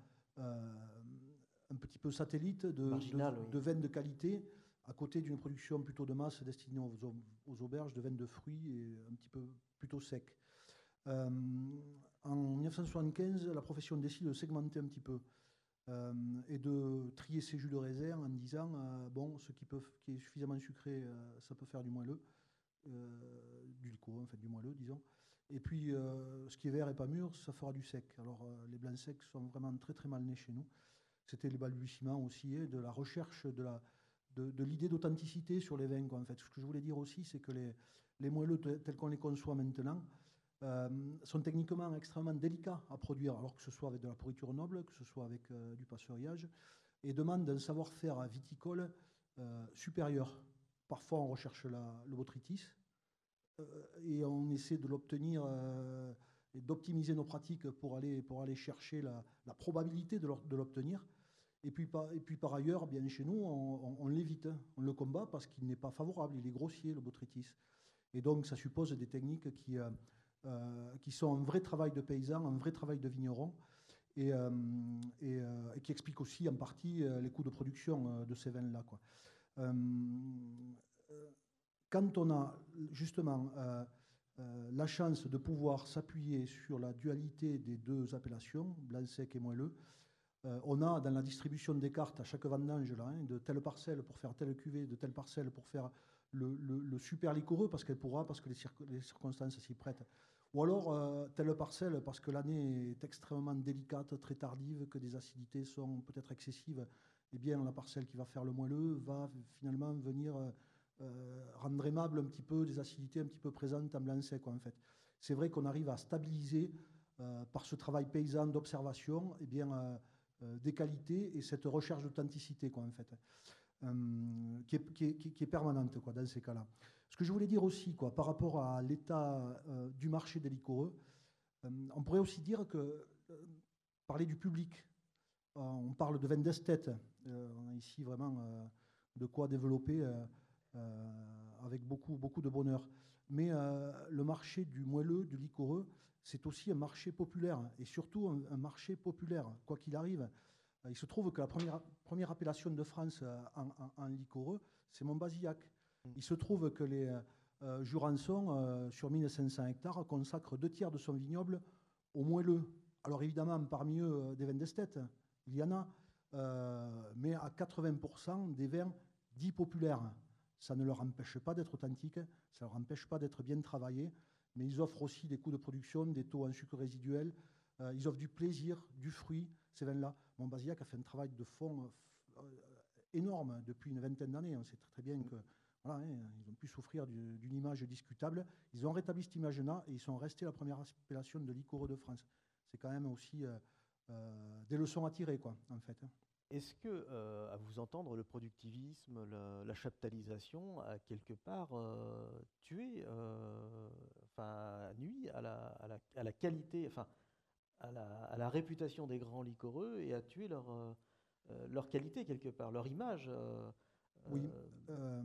euh, un petit peu satellite de, Marginal, de, oui. de vins de qualité, à côté d'une production plutôt de masse destinée aux, aux auberges de vins de fruits et un petit peu plutôt sec. Euh, en mille neuf cent soixante-quinze, la profession décide de segmenter un petit peu. Euh, et de trier ses jus de raisin en disant euh, bon, ce qui, peut, qui est suffisamment sucré, euh, ça peut faire du moelleux, euh, du liquoreux, en fait, du moelleux, disons. Et puis, euh, ce qui est vert et pas mûr, ça fera du sec. Alors, euh, les blancs secs sont vraiment très très mal nés chez nous. c'était les balbutiements aussi, hein, de la recherche de, la, de, de l'idée d'authenticité sur les vins, quoi, en fait. Ce que je voulais dire aussi, c'est que les, les moelleux tels qu'on les conçoit maintenant euh, sont techniquement extrêmement délicats à produire, alors que ce soit avec de la pourriture noble, que ce soit avec euh, du passeurillage, et demandent un savoir-faire viticole euh, supérieur. Parfois, on recherche la, le botrytis euh, et on essaie de l'obtenir euh, et d'optimiser nos pratiques pour aller, pour aller chercher la, la probabilité de, de l'obtenir. Et puis, par, et puis par ailleurs, bien chez nous, on, on, on l'évite, on le combat parce qu'il n'est pas favorable, il est grossier, le botrytis. Et donc, ça suppose des techniques qui, euh, euh, qui sont un vrai travail de paysan, un vrai travail de vigneron, et, euh, et, euh, et qui expliquent aussi en partie euh, les coûts de production euh, de ces vins-là, quoi. Euh, quand on a justement euh, euh, la chance de pouvoir s'appuyer sur la dualité des deux appellations, blanc sec et moelleux, euh, on a dans la distribution des cartes à chaque vendange là, hein, de telle parcelle pour faire telle cuvée, de telle parcelle pour faire le, le, le super liquoreux parce qu'elle pourra, parce que les, circ les circonstances s'y prêtent. Ou alors euh, telle parcelle parce que l'année est extrêmement délicate, très tardive, que des acidités sont peut-être excessives. Eh bien, la parcelle qui va faire le moelleux va finalement venir euh, rendre aimable un petit peu des acidités un petit peu présentes en blanc sec, quoi, en fait. C'est vrai qu'on arrive à stabiliser euh, par ce travail paysan d'observation, eh bien, euh, euh, des qualités et cette recherche d'authenticité, quoi, en fait, euh, qui, est, qui, est, qui est permanente, quoi, dans ces cas-là. Ce que je voulais dire aussi, quoi, par rapport à l'état euh, du marché des liquoreux, euh, on pourrait aussi dire que euh, parler du public. Euh, on parle de vin d'esthète. Euh, on a ici vraiment euh, de quoi développer euh, euh, avec beaucoup, beaucoup de bonheur. Mais euh, le marché du moelleux, du liquoreux, c'est aussi un marché populaire, et surtout un, un marché populaire, quoi qu'il arrive. Euh, il se trouve que la première, première appellation de France euh, en, en, en liquoreux, c'est Montbazillac. Il se trouve que les euh, Jurançon, euh, sur mille cinq cents hectares, consacrent deux tiers de son vignoble au moelleux. Alors évidemment, parmi eux, euh, des vins d'esthète, il y en a, euh, mais à quatre-vingts pour cent des vins dits populaires. Ça ne leur empêche pas d'être authentiques, ça ne leur empêche pas d'être bien travaillés, mais ils offrent aussi des coûts de production, des taux en sucre résiduel, euh, ils offrent du plaisir, du fruit, ces vins-là. Montbazillac a fait un travail de fond euh, énorme depuis une vingtaine d'années. On sait très, très bien que voilà, hein, ils ont pu souffrir du, d'une image discutable. Ils ont rétabli cette image-là et ils sont restés la première appellation de liquoreux de France. C'est quand même aussi euh, euh, des leçons à tirer, quoi, en fait. Est-ce que, euh, à vous entendre, le productivisme, la, la chaptalisation a quelque part euh, tué, euh, enfin, nuit à la, à, la, à la qualité, enfin, à la, à la réputation des grands liquoreux et a tué leur, euh, leur qualité quelque part, leur image euh, Oui. Euh,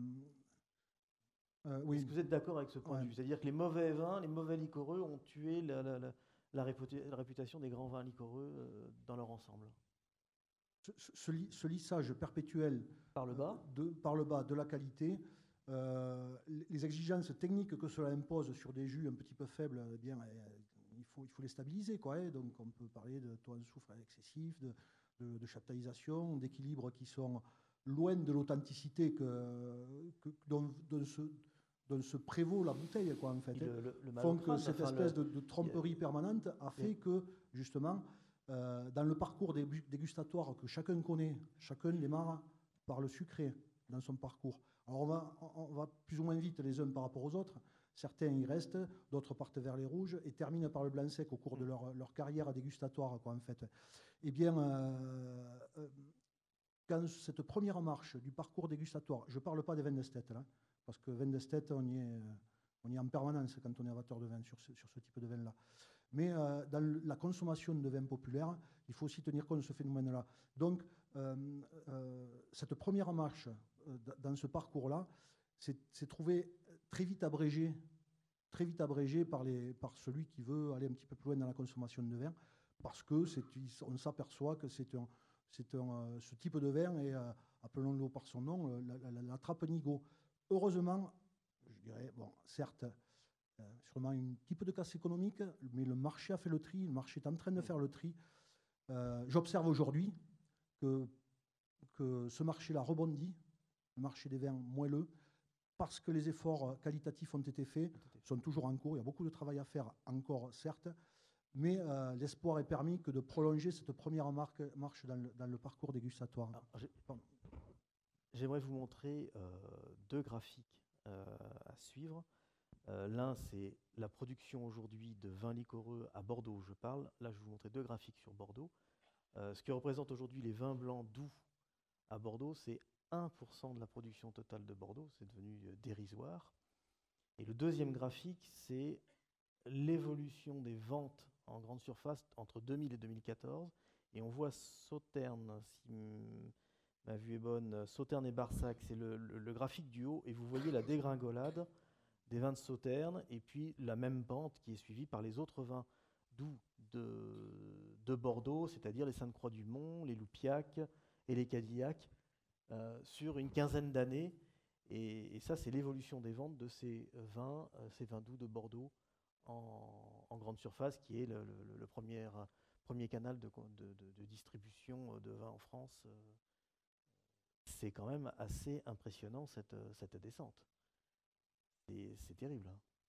euh, oui. Est-ce que vous êtes d'accord avec ce point ouais. de vue? C'est-à-dire que les mauvais vins, les mauvais liquoreux ont tué la, la, la, la, réputa- la réputation des grands vins liquoreux euh, dans leur ensemble? Ce, ce, ce lissage perpétuel par le bas, de, par le bas de la qualité, euh, les exigences techniques que cela impose sur des jus un petit peu faibles, eh bien, il faut, il faut les stabiliser, quoi, hein. Donc on peut parler de taux en soufre excessif, de, de, de chaptalisation, d'équilibres qui sont loin de l'authenticité que, que, dont, dont, se, dont se prévaut la bouteille, quoi, en fait. Le, le, le font que cette enfin, espèce le, de, de tromperie a, permanente a fait a, que, justement, Euh, dans le parcours dégustatoire que chacun connaît, chacun démarre par le sucré dans son parcours. Alors on va, on va plus ou moins vite les uns par rapport aux autres. Certains y restent, d'autres partent vers les rouges et terminent par le blanc sec au cours de leur, leur carrière dégustatoire, quoi, en fait. Eh bien, euh, euh, quand cette première marche du parcours dégustatoire, je ne parle pas des vins d'esthète, là, parce que vins d'esthète, on y est, on y est en permanence quand on est amateur de vin sur ce, sur ce type de vin-là. Mais euh, dans la consommation de vins populaires, il faut aussi tenir compte de ce phénomène-là. Donc, euh, euh, cette première marche euh, dans ce parcours-là s'est trouvée très vite abrégée, très vite abrégée par, les, par celui qui veut aller un petit peu plus loin dans la consommation de vin, parce que on s'aperçoit que c'est un, c'est un, euh, ce type de vin est, euh, appelons-le par son nom, la, la, la, la trappe nigo. Heureusement, je dirais, bon, certes, Euh, sûrement un petit peu de casse économique, mais le marché a fait le tri, le marché est en train de faire le tri. Euh, J'observe aujourd'hui que, que ce marché-là rebondit, le marché des vins moelleux, parce que les efforts qualitatifs ont été faits, sont toujours en cours, il y a beaucoup de travail à faire encore, certes, mais euh, l'espoir est permis que de prolonger cette première marque, marche dans le, dans le parcours dégustatoire. Alors, j'ai- J'aimerais vous montrer euh, deux graphiques euh, à suivre. Euh, L'un, c'est la production aujourd'hui de vins liquoreux à Bordeaux, je parle. Là, je vais vous montrer deux graphiques sur Bordeaux. Euh, ce qui représente aujourd'hui les vins blancs doux à Bordeaux, c'est un pour cent de la production totale de Bordeaux. C'est devenu euh, dérisoire. Et le deuxième graphique, c'est l'évolution des ventes en grande surface entre deux mille et deux mille quatorze. Et on voit Sauternes, si m- ma vue est bonne, Sauternes et Barsac, c'est le, le- le graphique du haut. Et vous voyez la dégringolade des vins de Sauternes, et puis la même pente qui est suivie par les autres vins doux de, de Bordeaux, c'est-à-dire les Sainte-Croix-du-Mont, les Loupiac et les Cadillac, euh, sur une quinzaine d'années. Et, et ça, c'est l'évolution des ventes de ces vins, euh, ces vins doux de Bordeaux en, en grande surface, qui est le, le- le premier, premier canal de, de- de- de distribution de vins en France. C'est quand même assez impressionnant, cette, cette descente. C'est c'est terrible.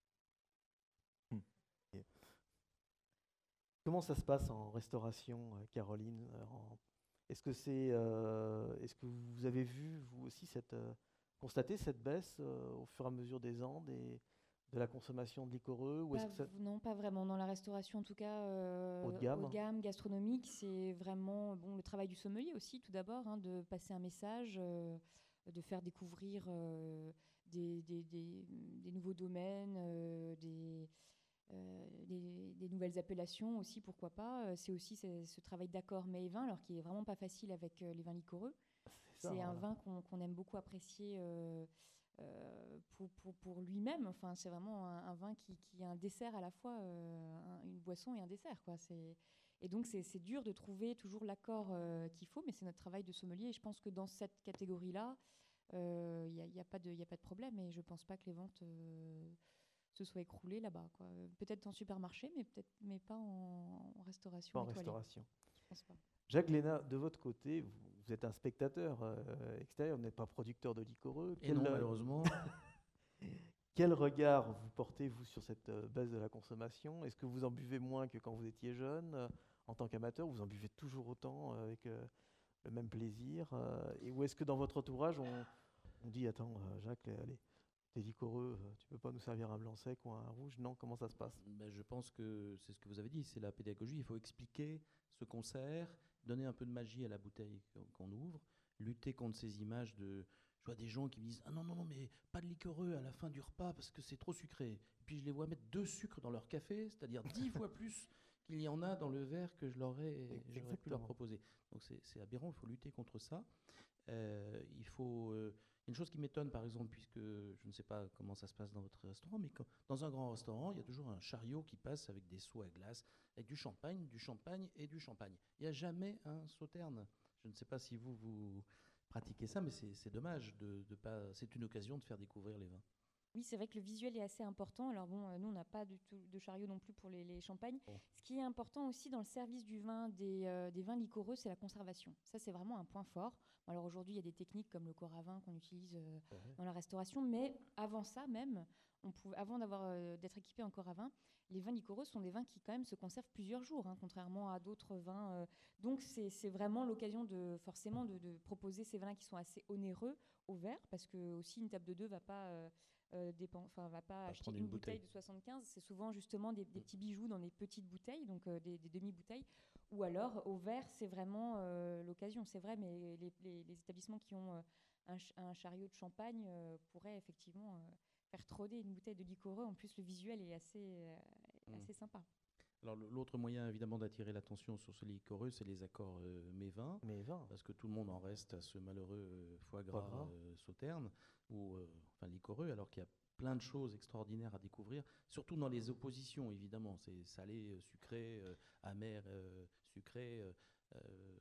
Hein. Hmm. Et comment ça se passe en restauration, euh, Caroline? euh, en- Est-ce que c'est, euh, est-ce que vous avez vu vous aussi cette, euh, constaté cette baisse euh, au fur et à mesure des ans des, de la consommation de liquoreux, ou est-ce Pas que ça, v- Non, pas vraiment. Dans la restauration, en tout cas, euh, haut de gamme? haut de gamme, gastronomique, c'est vraiment bon, le travail du sommelier aussi, tout d'abord, hein, de passer un message, euh, de faire découvrir euh, des, des- des- des nouveaux domaines, euh, des, euh, des, des nouvelles appellations aussi, pourquoi pas. Euh, C'est aussi ce, ce travail d'accord mets et vin, alors qui est vraiment pas facile avec euh, les vins liquoreux. C'est ça, C'est un voilà. vin qu'on qu'on aime beaucoup apprécier euh, euh, pour, pour, pour lui-même. Enfin, c'est vraiment un, un vin qui, qui est un dessert à la fois, euh, un- une boisson et un dessert, quoi. C'est, et donc, c'est c'est dur de trouver toujours l'accord euh, qu'il faut, mais c'est notre travail de sommelier. Et je pense que dans cette catégorie-là, il n'y a, y a pas de y a pas de problème. Et je ne pense pas que les ventes euh, se soient écroulées là-bas, quoi. Euh, Peut-être en supermarché, mais, peut-être, mais pas en, en restauration Pas en étoilée. restauration. Je pense pas. Jacques Léna, de votre côté, vous, vous êtes un spectateur euh, extérieur, vous n'êtes pas producteur de liquoreux. Et Quel, non, euh, malheureusement. Quel regard vous portez, vous, sur cette euh, baisse de la consommation? Est-ce que vous en buvez moins que quand vous étiez jeune? euh, En tant qu'amateur, vous en buvez toujours autant, euh, avec euh, le même plaisir? euh, Et ou est-ce que dans votre entourage, on, on dit, attends, euh, Jacques, allez, t'es liquoreux, euh, tu peux pas nous servir un blanc sec ou un rouge? Non, comment ça se passe? Ben, je pense que c'est ce que vous avez dit, c'est la pédagogie. Il faut expliquer ce qu'on sert, donner un peu de magie à la bouteille qu'on qu'on ouvre, lutter contre ces images de... Je vois des gens qui me disent « Ah non, non, non, mais pas de liquoreux à la fin du repas parce que c'est trop sucré. » Et puis je les vois mettre deux sucres dans leur café, c'est-à-dire dix fois plus qu'il y en a dans le verre que je leur ai- j'aurais pu leur Exactement. proposer. Donc c'est c'est aberrant, il faut lutter contre ça. Euh, il faut... euh, une chose qui m'étonne, par exemple, puisque je ne sais pas comment ça se passe dans votre restaurant, mais quand- dans un grand restaurant, il y a toujours un chariot qui passe avec des seaux à glace, avec du champagne, du champagne et du champagne. Il n'y a jamais un sauterne. Je ne sais pas si vous, vous pratiquez ça, mais c'est c'est dommage. De, de pas. C'est une occasion de faire découvrir les vins. Oui, c'est vrai que le visuel est assez important. Alors bon, euh, nous, on n'a pas du tout de chariot non plus pour les, les champagnes. Bon. Ce qui est important aussi dans le service du vin, des, euh, des vins liquoreux, c'est la conservation. Ça, c'est vraiment un point fort. Bon, alors aujourd'hui, il y a des techniques comme le corps à vin qu'on utilise euh, dans la restauration, mais avant ça même, on pouvait, avant d'avoir euh, d'être équipé en corps à vin, les vins liquoreux sont des vins qui quand même se conservent plusieurs jours, hein, contrairement à d'autres vins. euh. Donc c'est c'est vraiment l'occasion de forcément de, de proposer ces vins qui sont assez onéreux au verre, parce que aussi une table de deux va pas euh, euh, dépen- enfin, va pas Va acheter prendre une, une bouteille. bouteille. de soixante-quinze. C'est souvent justement des, des petits bijoux dans des petites bouteilles, donc euh, des, des demi-bouteilles. Ou alors au verre, c'est vraiment euh, l'occasion. C'est vrai, mais les, les- les établissements qui ont euh, un, ch- un chariot de champagne euh, pourraient effectivement euh, faire trôner une bouteille de liquoreux. En plus, le visuel est assez, euh, Mm. assez sympa. Alors le- l'autre moyen évidemment d'attirer l'attention sur ce liquoreux, c'est les accords euh, mets vins. Mais vin. Parce que tout le monde en reste à ce malheureux euh, foie gras, Foie gras. euh, sauterne, ou euh, enfin liquoreux, alors qu'il y a plein de choses extraordinaires à découvrir, surtout dans les oppositions, évidemment. C'est salé, euh, sucré, euh, amer, euh, sucré, euh, euh,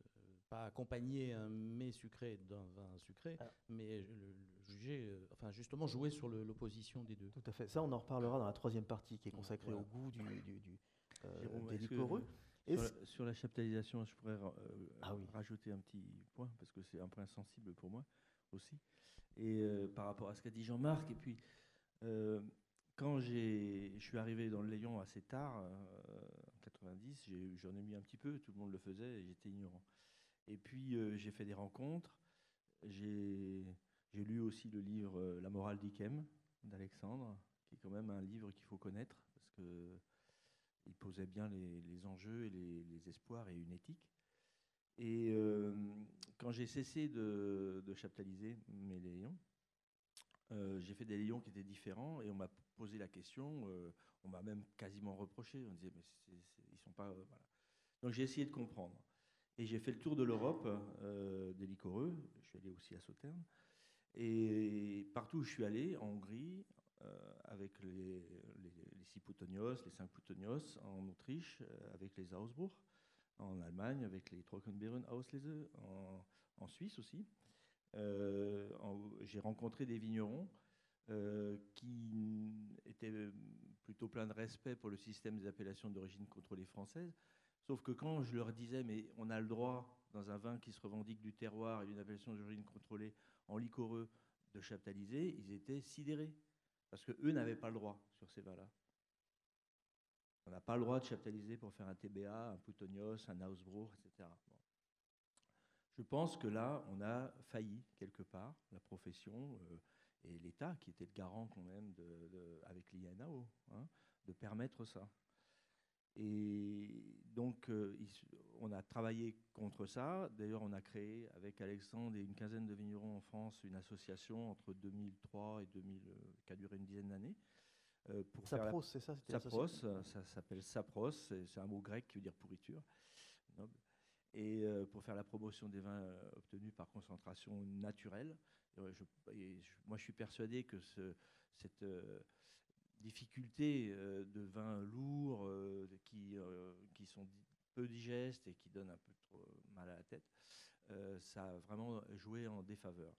pas accompagner un mets sucré d'un vin sucré, Ah. mais le, le juger, euh, enfin justement jouer sur le- l'opposition des deux. Tout à fait. Ça, on en reparlera dans la troisième partie qui est Ouais, consacrée voilà. au goût du, du, du, euh, Jérôme, des est-ce que- liquoreux. Sur Est-ce- la, sur la chaptalisation, je pourrais ra- euh, Ah oui. rajouter un petit point, parce que c'est un point sensible pour moi aussi. Et euh, par rapport à ce qu'a dit Jean-Marc, et puis euh, quand j'ai, je suis arrivé dans le Léon assez tard, euh, en quatre-vingt-dix, j'ai, j'en ai mis un petit peu, tout le monde le faisait et j'étais ignorant. Et puis euh, j'ai fait des rencontres, j'ai, j'ai lu aussi le livre euh, La morale d'Ikem d'Alexandre, qui est quand même un livre qu'il faut connaître, parce qu'il posait bien les, les enjeux et les, les espoirs et une éthique. Et euh, quand j'ai cessé de, de chaptaliser mes layons, euh, j'ai fait des layons qui étaient différents et on m'a posé la question, euh, on m'a même quasiment reproché, on disait mais c'est, c'est, ils sont pas... Euh, voilà. Donc j'ai essayé de comprendre. Et j'ai fait le tour de l'Europe euh, des liquoreux, je suis allé aussi à Sauternes, et partout où je suis allé, en Hongrie, euh, avec les, les, les six Puttonyos, les cinq Puttonyos, en Autriche, euh, avec les Hausbruch, en Allemagne avec les Trockenbeeren Auslese, en, en Suisse aussi. Euh, en, j'ai rencontré des vignerons euh, qui étaient plutôt pleins de respect pour le système des appellations d'origine contrôlée française, sauf que quand je leur disais mais on a le droit dans un vin qui se revendique du terroir et d'une appellation d'origine contrôlée en liquoreux de chaptaliser, ils étaient sidérés parce que eux n'avaient pas le droit sur ces vins-là. On n'a pas le droit de chaptaliser pour faire un T B A, un Puttonyos, un Hausbruch, et cetera. Bon. Je pense que là, on a failli quelque part, la profession euh, et l'État, qui était le garant quand même, de, de, avec l'I N A O, hein, de permettre ça. Et donc, euh, on a travaillé contre ça. D'ailleurs, on a créé, avec Alexandre et une quinzaine de vignerons en France, une association entre deux mille trois et deux mille, euh, qui a duré une dizaine d'années. Euh, pour Sapros, la... c'est ça Sapros, ça s'appelle Sapros, c'est, c'est un mot grec qui veut dire pourriture. Noble. Et euh, pour faire la promotion des vins euh, obtenus par concentration naturelle. Et, je, et je, moi, je suis persuadé que ce, cette euh, difficulté euh, de vins lourds euh, qui, euh, qui sont peu digestes et qui donnent un peu trop mal à la tête, euh, ça a vraiment joué en défaveur.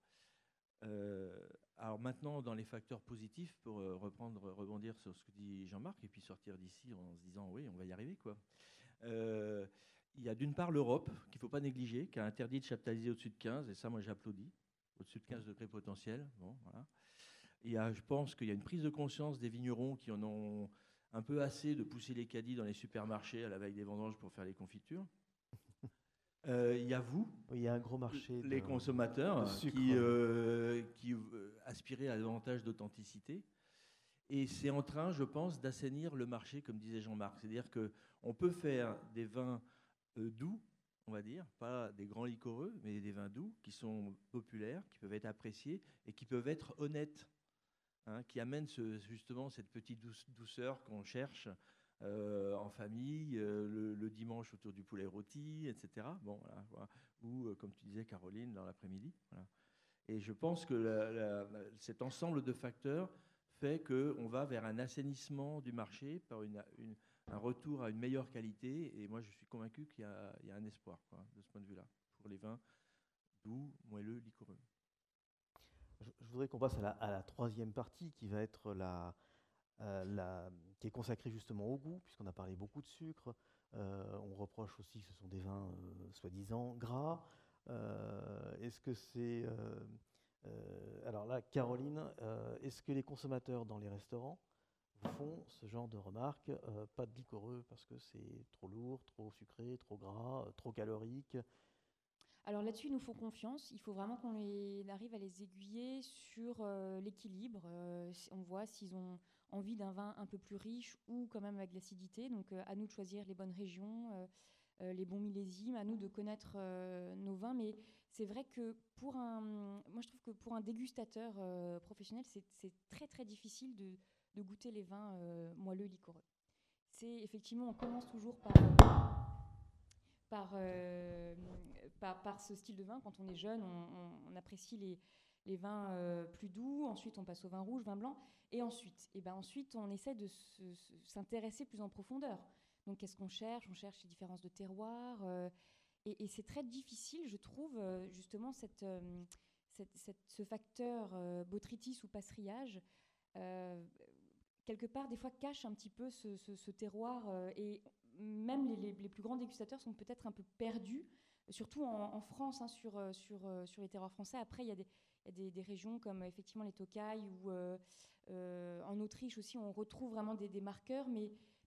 Euh, alors maintenant, dans les facteurs positifs, pour euh, reprendre, rebondir sur ce que dit Jean-Marc, et puis sortir d'ici en se disant oui, on va y arriver, quoi. Euh, il y a d'une part l'Europe, qu'il ne faut pas négliger, qui a interdit de chaptaliser au-dessus de quinze, et ça, moi, j'applaudis, au-dessus de quinze degrés potentiels. Bon, voilà. Il y a, je pense qu'il y a une prise de conscience des vignerons qui en ont un peu assez de pousser les caddies dans les supermarchés à la veille des vendanges pour faire les confitures. Il euh, y a vous, il y a un gros marché les de, consommateurs de qui, euh, qui euh, aspiraient à davantage d'authenticité. Et c'est en train, je pense, d'assainir le marché, comme disait Jean-Marc. C'est-à-dire qu'on peut faire des vins euh, doux, on va dire, pas des grands liquoreux, mais des vins doux qui sont populaires, qui peuvent être appréciés et qui peuvent être honnêtes, hein, qui amènent ce, justement cette petite douceur qu'on cherche Euh, en famille, euh, le, le dimanche autour du poulet rôti, et cetera. Bon, voilà, voilà. Ou, euh, comme tu disais, Caroline, dans l'après-midi. Voilà. Et je pense que la, la, la, cet ensemble de facteurs fait qu'on va vers un assainissement du marché par une, une, un retour à une meilleure qualité. Et moi, je suis convaincu qu'il y a, il y a un espoir, quoi, de ce point de vue-là, pour les vins doux, moelleux, liquoreux. Je, je voudrais qu'on passe à la, à la troisième partie, qui va être la... Euh, la, qui est consacrée justement au goût, puisqu'on a parlé beaucoup de sucre. Euh, on reproche aussi que ce sont des vins euh, soi-disant gras. Euh, est-ce que c'est... Euh, euh, alors là, Caroline, euh, est-ce que les consommateurs dans les restaurants vous font ce genre de remarques euh, pas de liquoreux parce que c'est trop lourd, trop sucré, trop gras, trop calorique? Alors là-dessus, ils nous font confiance. Il faut vraiment qu'on les, arrive à les aiguiller sur euh, l'équilibre. Euh, on voit s'ils ont envie d'un vin un peu plus riche ou quand même avec de l'acidité. Donc euh, à nous de choisir les bonnes régions, euh, euh, les bons millésimes, à nous de connaître euh, nos vins. Mais c'est vrai que pour un, moi je trouve que pour un dégustateur euh, professionnel, c'est, c'est très très difficile de, de goûter les vins euh, moelleux liquoreux. C'est effectivement, on commence toujours par euh, Par, euh, par, par ce style de vin. Quand on est jeune, on, on, on apprécie les, les vins euh, plus doux. Ensuite, on passe au vin rouge, vin blanc. Et ensuite, et ben ensuite on essaie de se, se, s'intéresser plus en profondeur. Donc, qu'est-ce qu'on cherche? On cherche les différences de terroir. Euh, et, et c'est très difficile, je trouve, euh, justement, cette, euh, cette, cette, ce facteur euh, botrytis ou passerillage. Euh, quelque part, des fois, cache un petit peu ce, ce, ce terroir. Euh, et même les, les, les plus grands dégustateurs sont peut-être un peu perdus, surtout en, en France, hein, sur, sur, sur les terroirs français. Après, il y a des, il y a des, des régions comme effectivement les Tokaï ou euh, euh, en Autriche aussi, on retrouve vraiment des, des marqueurs, mais,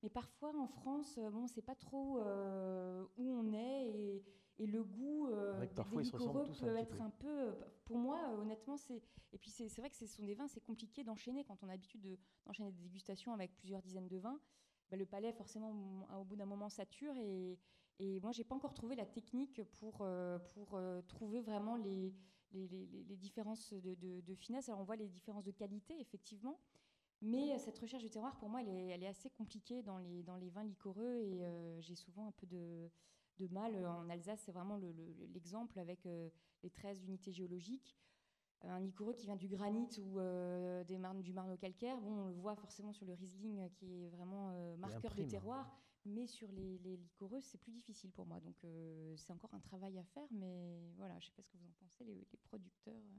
Mais parfois, en France, euh, bon, on ne sait pas trop euh, où on est et, et le goût euh, vrai que des, parfois, des ils se ressemblent liquoreux tous un peut petit être peu. un peu... euh, Pour moi, euh, honnêtement, c'est... Et puis, c'est c'est vrai que ce sont des vins, c'est compliqué d'enchaîner. Quand on a l'habitude de- d'enchaîner des dégustations avec plusieurs dizaines de vins, bah, le palais, forcément, au bout d'un moment, sature. Et, et moi, je n'ai pas encore trouvé la technique pour, euh, pour euh, trouver vraiment les, les, les- les différences de, de- de finesse. Alors, on voit les différences de qualité, effectivement. Mais euh, cette recherche de terroir, pour moi, elle est, elle est assez compliquée dans les, dans les vins liquoreux. Et euh, j'ai souvent un peu de, de mal. En Alsace, c'est vraiment le- le- l'exemple avec euh, les treize unités géologiques. Un liquoreux qui vient du granit ou euh, des marnes, du marneau calcaire, bon, on le voit forcément sur le Riesling qui est vraiment euh, marqueur de imprime. terroir, mais sur les, les liquoreux, c'est plus difficile pour moi. Donc euh, c'est encore un travail à faire, mais voilà, je ne sais pas ce que vous en pensez, les, les producteurs. euh.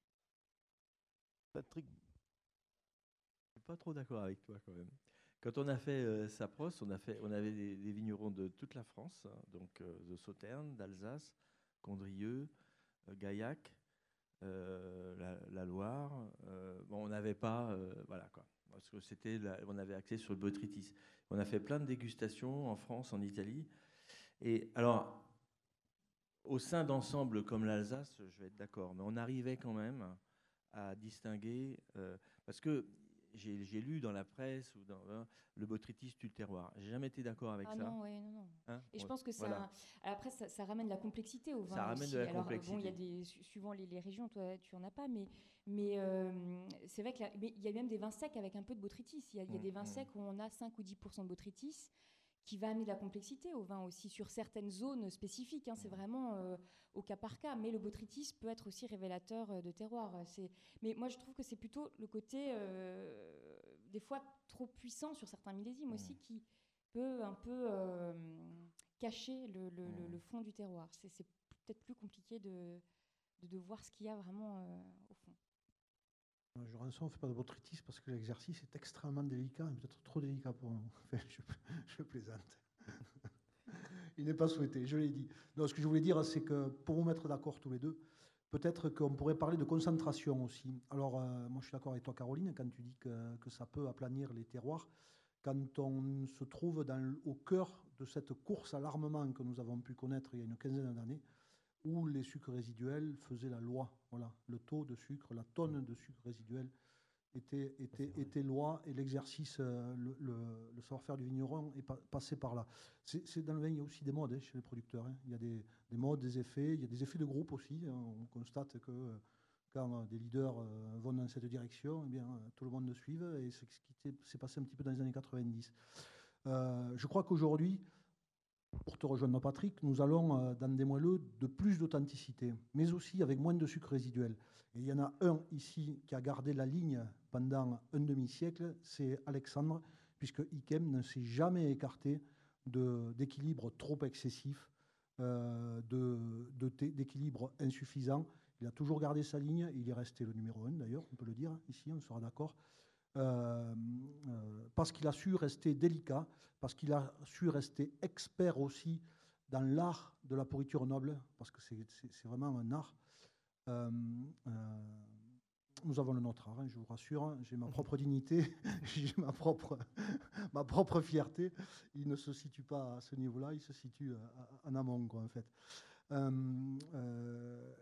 Patrick, Je suis pas trop d'accord avec toi quand même. Quand on a fait euh, Sapros, on, a fait, on avait des, des vignerons de toute la France, hein, donc euh, de Sauternes, d'Alsace, Condrieu, euh, Gaillac, euh, la, la Loire. Euh, bon, on n'avait pas, euh, voilà quoi, parce que c'était, la- on avait axé sur le botrytis. On a fait plein de dégustations en France, en Italie. Et alors, au sein d'ensembles comme l'Alsace, je vais être d'accord, mais on arrivait quand même à distinguer, euh, parce que j'ai j'ai lu dans la presse ou dans hein, le botrytis tue le terroir. J'ai jamais été d'accord avec Ah ça. non, ouais, non, non. Hein, Et je on- pense que ça, voilà. après, ça, ça ramène de la complexité au vin Ça ramène aussi. de la Alors, euh, bon, il y a complexité. des, su- suivant les, les régions, toi, tu en as pas, mais, mais euh, c'est vrai qu'il y a même des vins secs avec un peu de botrytis. Il y a, il y a Mm, des vins mm. secs où on a cinq ou dix pour cent de botrytis, qui va amener de la complexité au vin aussi sur certaines zones spécifiques. Hein, c'est vraiment euh, au cas par cas. Mais le botrytis peut être aussi révélateur euh, de terroir. C'est... Mais moi, je trouve que c'est plutôt le côté, euh, des fois, trop puissant sur certains millésimes Mm. aussi, qui peut un peu euh, cacher le, le- le- Mm. le fond du terroir. C'est, c'est peut-être plus compliqué de, de, de voir ce qu'il y a vraiment euh, au fond. Je rançon, on ne fait pas de botrytis parce que l'exercice est extrêmement délicat, et peut-être trop délicat pour nous. Enfin, je, je plaisante. Il n'est pas souhaité, je l'ai dit. Non, ce que je voulais dire, c'est que pour vous mettre d'accord tous les deux, peut-être qu'on pourrait parler de concentration aussi. Alors, euh, moi, je suis d'accord avec toi, Caroline, quand tu dis que, que ça peut aplanir les terroirs. Quand on se trouve dans, au cœur de cette course à l'armement que nous avons pu connaître il y a une quinzaine d'années, où les sucres résiduels faisaient la loi. Voilà, le taux de sucre, la tonne de sucre résiduel était, était, était loi, et l'exercice, euh, le, le, le savoir-faire du vigneron est pa- passé par là. C'est, c'est dans le vin, il y a aussi des modes hein, chez les producteurs. Hein. Il y a des, des modes, des effets, il y a des effets de groupe aussi. Hein. On constate que euh, quand euh, des leaders euh, vont dans cette direction, eh bien, euh, tout le monde suit, et c'est ce qui s'est- s'est passé un petit peu dans les années quatre-vingt-dix. Euh, je crois qu'aujourd'hui, pour te rejoindre Patrick, nous allons euh, dans des moelleux de plus d'authenticité, mais aussi avec moins de sucre résiduel. Et il y en a un ici qui a gardé la ligne pendant un demi-siècle, c'est Alexandre, puisque Yquem ne s'est jamais écarté de, d'équilibre trop excessif, euh, de, de, d'équilibre insuffisant. Il a toujours gardé sa ligne, il est resté le numéro un d'ailleurs, on peut le dire, ici, on sera d'accord. Euh, euh, parce qu'il a su rester délicat, parce qu'il a su rester expert aussi dans l'art de la pourriture noble, parce que c'est, c'est, c'est vraiment un art. Euh, euh, nous avons le nôtre art, hein, je vous rassure, j'ai ma propre dignité, j'ai ma propre, ma propre fierté. Il ne se situe pas à ce niveau-là, il se situe en amont, quoi, en fait. Euh, euh,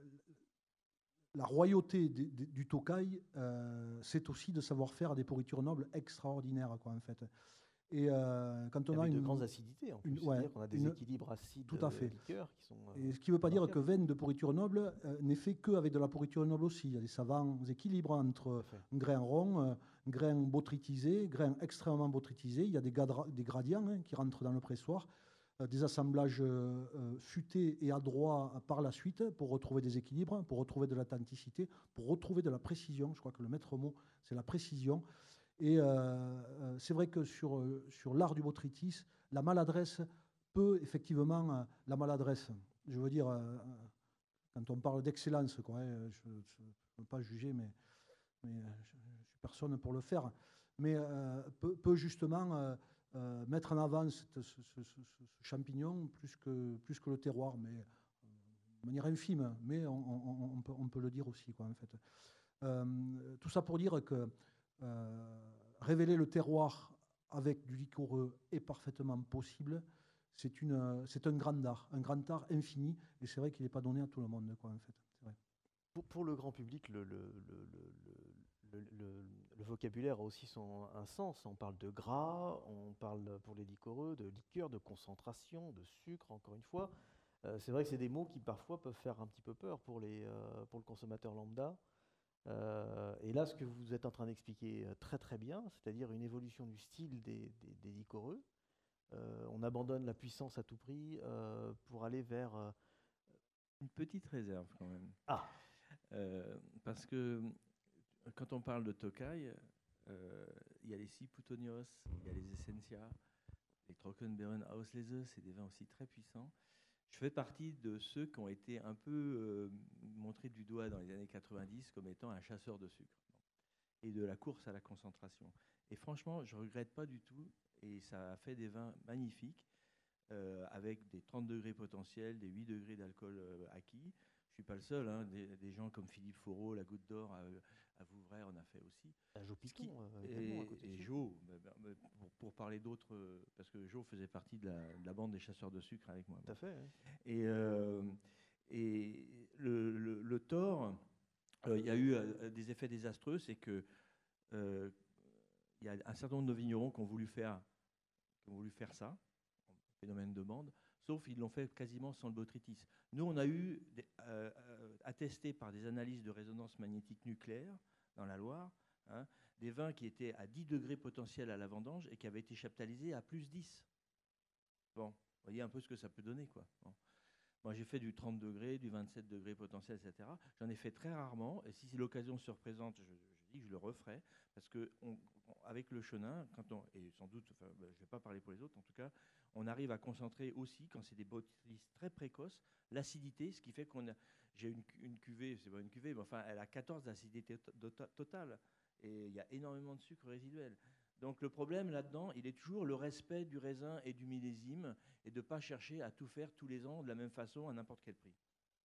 La royauté des- des- du Tokai, euh, c'est aussi de savoir faire des pourritures nobles extraordinaires, quoi, en fait. Et euh, quand on a avec de une, grandes acidités en plus. une- ouais, C'est-à-dire qu'on a des une- équilibres acides tout à fait. euh, liqueurs qui sont. euh, et ce qui ne veut pas dire que remarquables. veine de pourriture noble euh, n'est fait qu'avec de la pourriture noble aussi. Il y a des savants équilibres entre Tout à fait. grains ronds, euh, grains botrytisés, grains extrêmement botrytisés. Il y a des, gadra- des gradients hein, qui rentrent dans le pressoir, euh, des assemblages euh, euh, futés et adroits par la suite pour retrouver des équilibres, pour retrouver de l'authenticité, pour retrouver de la précision. Je crois que le maître mot, c'est la précision. Et euh, euh, c'est vrai que sur, euh, sur l'art du botrytis, la maladresse peut effectivement, euh, la maladresse, je veux dire, euh, quand on parle d'excellence, quoi, hein, je ne veux pas juger, mais, mais euh, je ne suis personne pour le faire, mais euh, peut, peut justement euh, euh, mettre en avant cette- ce, ce- ce- ce champignon plus que, plus que le terroir, mais euh, de manière infime, mais on, on- on peut, on peut le dire aussi, quoi, en fait. Euh, tout ça pour dire que euh, révéler le terroir avec du liquoreux est parfaitement possible. C'est, une, c'est un grand art, un grand art infini, et c'est vrai qu'il n'est pas donné à tout le monde, quoi, en fait. C'est vrai. Pour, pour le grand public, le, le, le, le, le, le, le vocabulaire a aussi son, un sens. On parle de gras, on parle pour les liquoreux de liqueur, de concentration, de sucre, encore une fois. Euh, c'est vrai que c'est des mots qui parfois peuvent faire un petit peu peur pour, les, euh, pour le consommateur lambda. Euh, et là, ce que vous êtes en train d'expliquer très très bien, c'est-à-dire une évolution du style des, des, des liquoreux. Euh, on abandonne la puissance à tout prix euh, pour aller vers... Euh... Une petite réserve quand même. Ah euh, Parce que quand on parle de Tokai, euh, il y a les Siputonios, il y a les Essentia, les Trockenbeeren Auslese, c'est des vins aussi très puissants. Je fais partie de ceux qui ont été un peu euh, montrés du doigt dans les années quatre-vingt-dix comme étant un chasseur de sucre et de la course à la concentration. Et franchement, je ne regrette pas du tout, et ça a fait des vins magnifiques, euh, avec des trente degrés potentiels, des huit degrés d'alcool euh, acquis. Je ne suis pas le seul, hein, des, des gens comme Philippe Foreau, la Goutte d'Or à, à Vouvray, on a fait aussi. À Jo Piton, euh, et, à côté et de Jo, pour, pour parler d'autres, parce que Jo faisait partie de la, de la bande des chasseurs de sucre avec moi. Tout à fait. Hein. Et, euh, et le, le, le Thor, il euh, y a eu euh, des effets désastreux, c'est que euh, il y a un certain nombre de vignerons qui ont voulu faire, qui ont voulu faire ça, phénomène de bande, sauf ils l'ont fait quasiment sans le botrytis. Nous, on a eu, des, euh, euh, attesté par des analyses de résonance magnétique nucléaire dans la Loire, hein, des vins qui étaient à dix degrés potentiels à la vendange et qui avaient été chaptalisés à plus dix. Bon, vous voyez un peu ce que ça peut donner, quoi. Bon. Moi, j'ai fait du trente degrés, du vingt-sept degrés potentiel, et cetera. J'en ai fait très rarement, et si l'occasion se représente, je, je dis que je le referai, parce que on, on, avec le chenin, quand on, et sans doute, enfin, ben, je ne vais pas parler pour les autres, en tout cas, on arrive à concentrer aussi, quand c'est des botrytis très précoces, l'acidité, ce qui fait qu'on a, j'ai une, une cuvée, c'est pas une cuvée, mais enfin, elle a quatorze d'acidité totale, et il y a énormément de sucre résiduel. Donc le problème là-dedans, il est toujours le respect du raisin et du millésime et de ne pas chercher à tout faire tous les ans de la même façon à n'importe quel prix.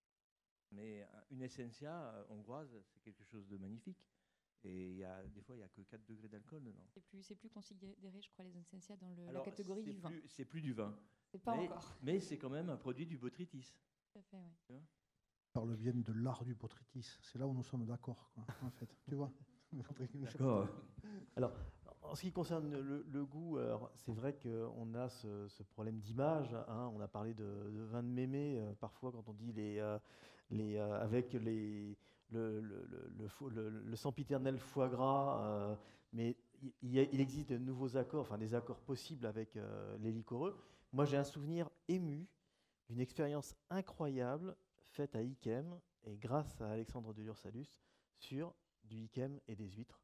Mais une Essentia hongroise, c'est quelque chose de magnifique. Et il y a, des fois, il n'y a que quatre degrés d'alcool dedans. C'est plus, c'est plus considéré, je crois, les Essentia dans le, Alors, la catégorie du vin. Plus, c'est plus du vin. C'est pas mais, encore. Mais c'est quand même un produit du botrytis. Tout à fait, oui. On parle bien de l'art du botrytis. C'est là où nous sommes d'accord, quoi, en fait. Tu vois. D'accord. Alors, en ce qui concerne le, le goût, c'est vrai qu'on a ce, ce problème d'image. Hein, on a parlé de, de vin de mémé, euh, parfois quand on dit les, euh, les, euh, avec les, le, le, le, le, le, le sempiternel foie gras, euh, mais il, y a, il existe de nouveaux accords, enfin des accords possibles avec euh, les liquoreux. Moi, j'ai un souvenir ému d'une expérience incroyable faite à Yquem, et grâce à Alexandre de Lursalus, sur du Yquem et des huîtres.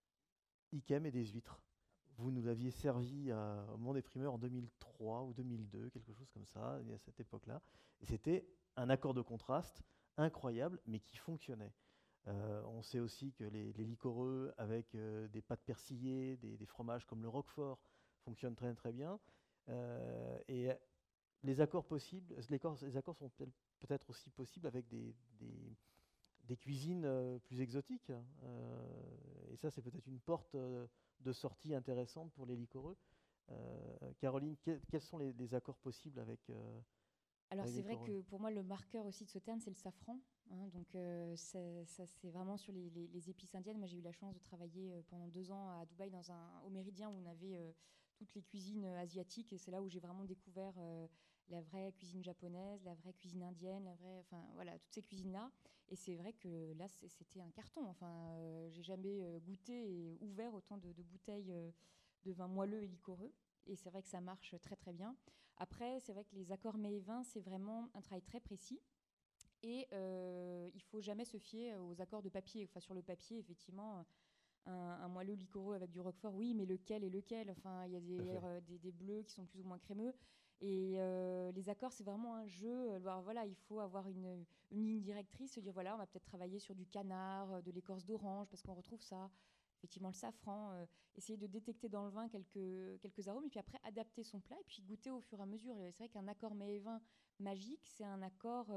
Yquem et des huîtres. Vous nous l'aviez servi à, au Monde des Primeurs en deux mille trois ou deux mille deux, quelque chose comme ça, à cette époque-là. Et c'était un accord de contraste incroyable, mais qui fonctionnait. Euh, on sait aussi que les, les liquoreux avec euh, des pâtes persillées, des, des fromages comme le Roquefort, fonctionnent très très bien. Euh, et les accords possibles, les accords, les accords sont peut-être aussi possibles avec des, des des cuisines euh, plus exotiques. Euh, et ça, c'est peut-être une porte euh, de sortie intéressante pour les liquoreux. Euh, Caroline, que, quels sont les, les accords possibles avec euh, Alors, avec c'est vrai que pour moi, le marqueur aussi de ce terme, c'est le safran. Hein, donc, euh, c'est, ça, c'est vraiment sur les, les, les épices indiennes. Moi, j'ai eu la chance de travailler euh, pendant deux ans à Dubaï, dans un, au Méridien, où on avait euh, toutes les cuisines euh, asiatiques. Et c'est là où j'ai vraiment découvert euh, la vraie cuisine japonaise, la vraie cuisine indienne, la vraie, enfin voilà, toutes ces cuisines-là. Et c'est vrai que là, c'est, c'était un carton. Enfin, euh, j'ai jamais euh, goûté et ouvert autant de, de bouteilles euh, de vin moelleux et liquoreux. Et c'est vrai que ça marche très très bien. Après, c'est vrai que les accords mets et vins, c'est vraiment un travail très précis. Et euh, il ne faut jamais se fier aux accords de papier. Enfin, sur le papier, effectivement, un, un moelleux liquoreux avec du Roquefort, oui, mais lequel est lequel? Enfin, il y a des, euh, des, des bleus qui sont plus ou moins crémeux. Et euh, les accords, c'est vraiment un jeu. Alors, voilà, il faut avoir une, une ligne directrice, se dire, voilà, on va peut-être travailler sur du canard, de l'écorce d'orange, parce qu'on retrouve ça. Effectivement, le safran, euh, essayer de détecter dans le vin quelques, quelques arômes, et puis après, adapter son plat, et puis goûter au fur et à mesure. C'est vrai qu'un accord mets et vin magique, c'est un accord euh,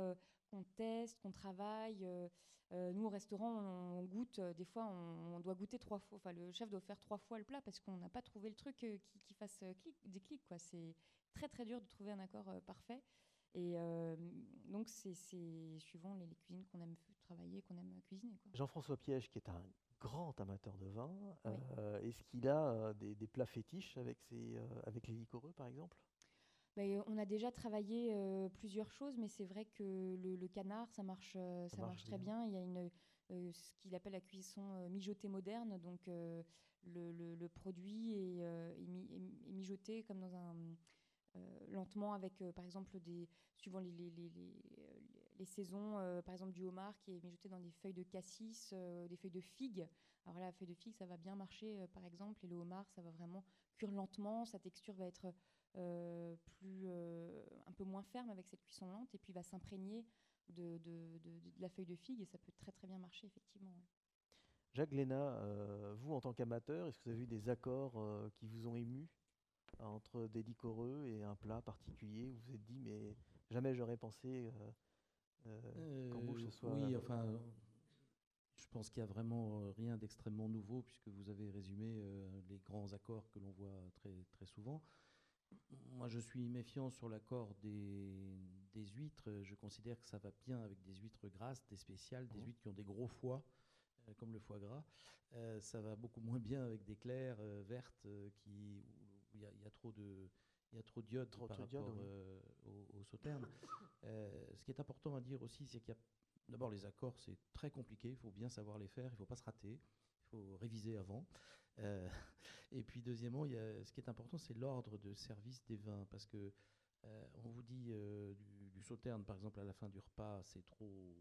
qu'on teste, qu'on travaille. Euh, euh, nous, au restaurant, on, on goûte. euh, Des fois, on, on doit goûter trois fois. Enfin, le chef doit faire trois fois le plat parce qu'on n'a pas trouvé le truc euh, qui, qui fasse euh, clic, des clics, quoi. C'est très, très dur de trouver un accord euh, parfait. Et euh, donc, c'est c'est suivant les, les cuisines qu'on aime f- travailler, qu'on aime cuisiner, quoi. Jean-François Piège, qui est un grand amateur de vin, Oui. euh, est-ce qu'il a euh, des, des plats fétiches avec, ses, euh, avec les liquoreux, par exemple? Ben, on a déjà travaillé euh, plusieurs choses, mais c'est vrai que le, le canard, ça marche, euh, Ça ça marche marche très bien. bien. Il y a une, euh, ce qu'il appelle la cuisson euh, mijotée moderne. Donc, euh, le, le- le produit est, euh, est mi- est mi- est mijoté comme dans un, euh, lentement avec, euh, par exemple, des, suivant les, les, les, les, euh, les saisons, euh, par exemple du homard qui est mijoté dans des feuilles de cassis, euh, des feuilles de figue. Alors là, la feuille de figue, ça va bien marcher, euh, par exemple, et le homard, ça va vraiment cuire lentement. Sa texture va être euh, plus, euh, un peu moins ferme avec cette cuisson lente, et puis va s'imprégner de, de, de, de la feuille de figue, et ça peut très très bien marcher, effectivement. Ouais. Jacques Glénat, euh, vous, en tant qu'amateur, est-ce que vous avez eu des accords euh, qui vous ont ému entre des liquoreux et un plat particulier où vous vous êtes dit, mais jamais j'aurais pensé euh, euh, qu'en bouche Euh, ce soit... oui, enfin, je pense qu'il n'y a vraiment euh, rien d'extrêmement nouveau puisque vous avez résumé euh, les grands accords que l'on voit très, très souvent. Moi, je suis méfiant sur l'accord des, des huîtres. Je considère que ça va bien avec des huîtres grasses, des spéciales, des Mhm. huîtres qui ont des gros foies, euh, comme le foie gras. Euh, ça va beaucoup moins bien avec des claires euh, vertes euh, qui, où il y, a- il y a trop de, il y a trop d'iode Trop- par trop d'iode, rapport oui. euh, au, au sauterne. Euh, ce qui est important à dire aussi, c'est qu'il y a d'abord les accords, c'est très compliqué. Il faut bien savoir les faire. Il ne faut pas se rater. Il faut réviser avant. Euh, et puis deuxièmement, il y a, ce qui est important, c'est l'ordre de service des vins, parce que euh, on vous dit euh, du, du sauterne, par exemple, à la fin du repas, c'est trop,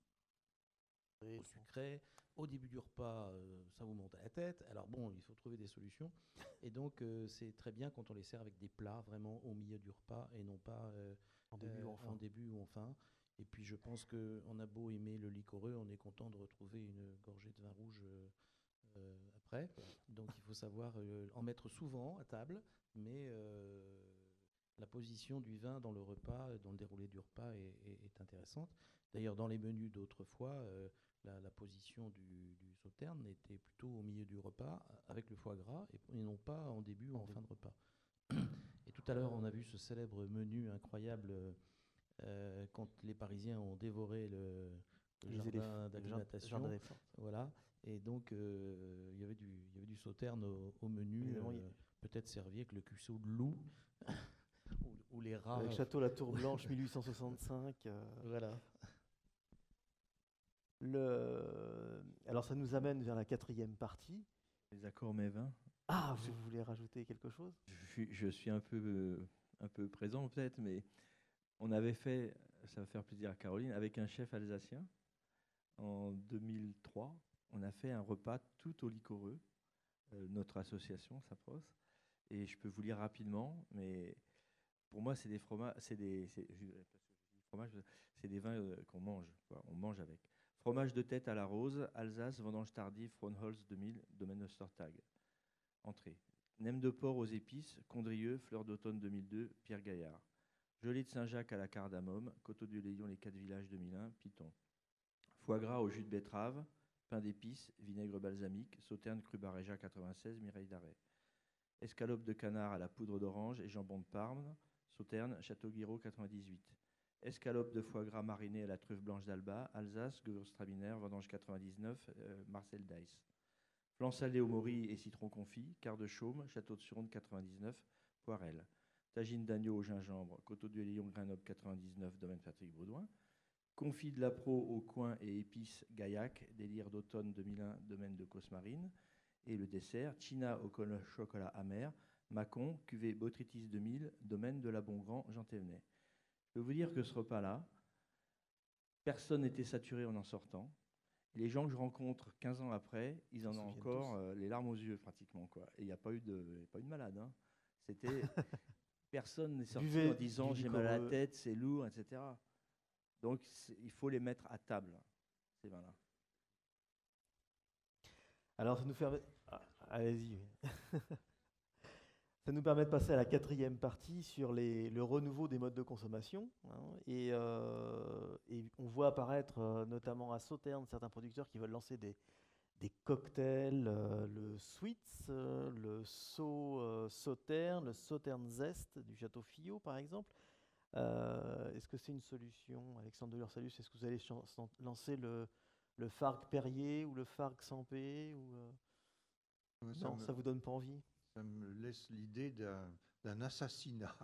trop sucré. Au début du repas, euh, ça vous monte à la tête. Alors bon, il faut trouver des solutions. Et donc, euh, c'est très bien quand on les sert avec des plats vraiment au milieu du repas et non pas euh, En début ou en fin. en début ou en fin. Et puis, je pense qu'on a beau aimer le liquoreux, on est content de retrouver une gorgée de vin rouge euh, euh, après. Donc, il faut savoir euh, en mettre souvent à table, mais euh, la position du vin dans le repas, dans le déroulé du repas est, est- est intéressante. D'ailleurs, dans les menus d'autrefois, euh, la, la position du, du sauterne était plutôt au milieu du repas avec le foie gras et, et non pas en début ou en fin de repas. Et tout à l'heure, on a vu ce célèbre menu incroyable euh, quand les Parisiens ont dévoré le, le Les jardin éléphants, le jardin- d'acclimatation. jardin d'éléphants. Voilà. Et donc, euh, il y avait du, il y avait du sauterne au, au menu, Évidemment, euh, peut-être servi avec le cuisseau de loup ou, ou les rats. Avec Château La Tour Blanche, mille huit cent soixante-cinq. euh, Voilà. le... Alors, ça nous amène vers la quatrième partie. Les accords mets vins. Ah, vous voulez rajouter quelque chose? Je suis, je suis un peu, euh, un peu présent peut-être, mais on avait fait, ça va faire plaisir à Caroline, avec un chef alsacien en deux mille trois. On a fait un repas tout au liquoreux, euh, notre association, Sapros. Et je peux vous lire rapidement, mais pour moi, c'est des fromages, c'est des, c'est, je- parce que je dis fromage, c'est des vins euh, qu'on mange, quoi, on mange avec. Fromage de tête à la rose, Alsace, vendange tardive, Frohnholz deux mille, domaine Ostertag. Entrée. Nem de porc aux épices, Condrieu, fleur d'automne deux mille deux, Pierre Gaillard. Gelée de Saint-Jacques à la cardamome, Coteau du Léon, les quatre villages deux mille un, Piton. Foie gras au jus de betterave, pain d'épices, vinaigre balsamique, Sauterne cru Baréja quatre-vingt-seize, Mireille d'Arrêt. Escalope de canard à la poudre d'orange et jambon de Parme, Sauterne, Château-Guiraud quatre-vingt-dix-huit. Escalope de foie gras mariné à la truffe blanche d'Alba, Alsace, Gewürztraminer, vendange quatre-vingt-dix-neuf, euh, Marcel Dice. Flan salé au mori et citron confit, quart de chaume, Château de Suronde quatre-vingt-dix-neuf, Poirel. Tagine d'agneau au gingembre, Coteau du Léon, Grenoble quatre-vingt-dix-neuf, domaine Patrick Baudouin. Confit de la Pro au coin et épices Gaillac, délire d'automne deux mille un, domaine de Cosmarine. Et le dessert, China au chocolat amer, Mâcon, cuvée Botrytis deux mille, domaine de la Bongrand, Jean Thévenet. Je peux vous dire que ce repas-là, personne n'était saturé en en sortant. Et les gens que je rencontre quinze ans après, ils en ont encore euh, les larmes aux yeux pratiquement, quoi. Et il n'y a pas eu de, y a pas eu de malade. Hein. C'était personne n'est sorti Buvez en disant du j'ai mal à la liquoreux. tête, c'est lourd, et cetera. Donc c'est- il faut les mettre à table, ces vins-là. Alors, ça nous fait... Ah, allez-y. Ça nous permet de passer à la quatrième partie sur les, le renouveau des modes de consommation. Hein, et, euh, et on voit apparaître, euh, notamment à Sauternes, certains producteurs qui veulent lancer des, des cocktails, euh, le Sweets, euh, le Sau euh, Sauternes, le Sauternes Zest du Château Fillot, par exemple. Euh, est-ce que c'est une solution, Alexandre Delursalus? Est-ce que vous allez chan- lancer le, le Fargue Perrier ou le Fargue Sampé ou, euh... Ouais, ça Non, me- ça vous donne pas envie? Ça me laisse l'idée d'un d'un assassinat.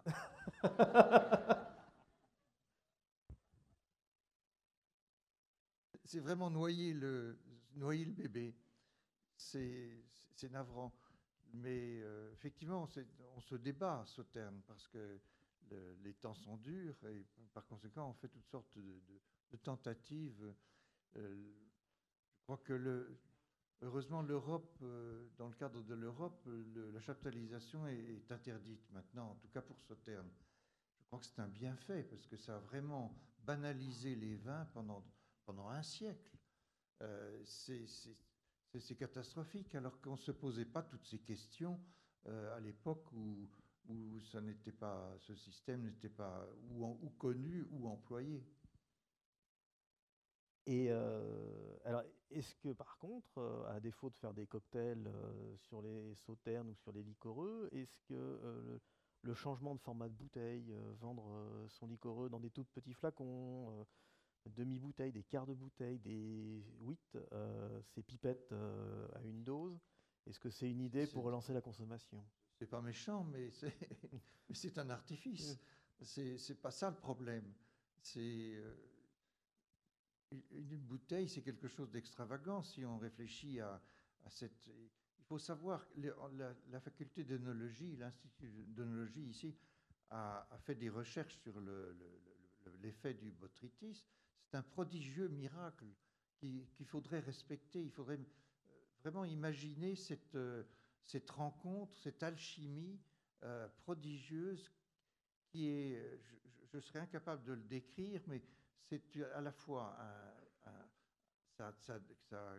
C'est vraiment noyer le, noyer le bébé. C'est c'est navrant. Mais euh, effectivement, c'est- on se débat à Sauternes parce que le- les temps sont durs et par conséquent, on fait toutes sortes de, de- de tentatives. Euh, je crois que le, heureusement, l'Europe, euh, dans le cadre de l'Europe, le- la chaptalisation est, est interdite maintenant, en tout cas pour Sauternes. Je crois que c'est un bienfait parce que ça a vraiment banalisé les vins pendant, pendant un siècle. Euh, c'est c'est- c'est- c'est catastrophique alors qu'on ne se posait pas toutes ces questions euh, à l'époque où, où ça n'était pas, ce système n'était pas ou, en- ou connu ou employé. Et euh, alors, est-ce que par contre, euh, à défaut de faire des cocktails euh, sur les sauternes ou sur les liquoreux, est-ce que euh, le, le changement de format de bouteille, euh, vendre euh, son liquoreux dans des tout petits flacons, euh, demi-bouteilles, des quarts de bouteille, des huit, euh, ces pipettes euh, à une dose, est-ce que c'est une idée C'est- pour relancer la consommation? C'est pas méchant, mais c'est mais c'est un artifice. C'est c'est pas ça le problème. C'est euh, une une bouteille, c'est quelque chose d'extravagant si on réfléchit à, à cette. Il faut savoir que les- la, la faculté d'œnologie, l'Institut d'œnologie ici, a, a fait des recherches sur le- le- le- l'effet du botrytis. C'est un prodigieux miracle qui- qu'il faudrait respecter. Il faudrait euh, vraiment imaginer cette, euh, cette rencontre, cette alchimie euh, prodigieuse qui est, je, je- je serais incapable de le décrire, mais c'est à la fois un, un- ça, ça- ça-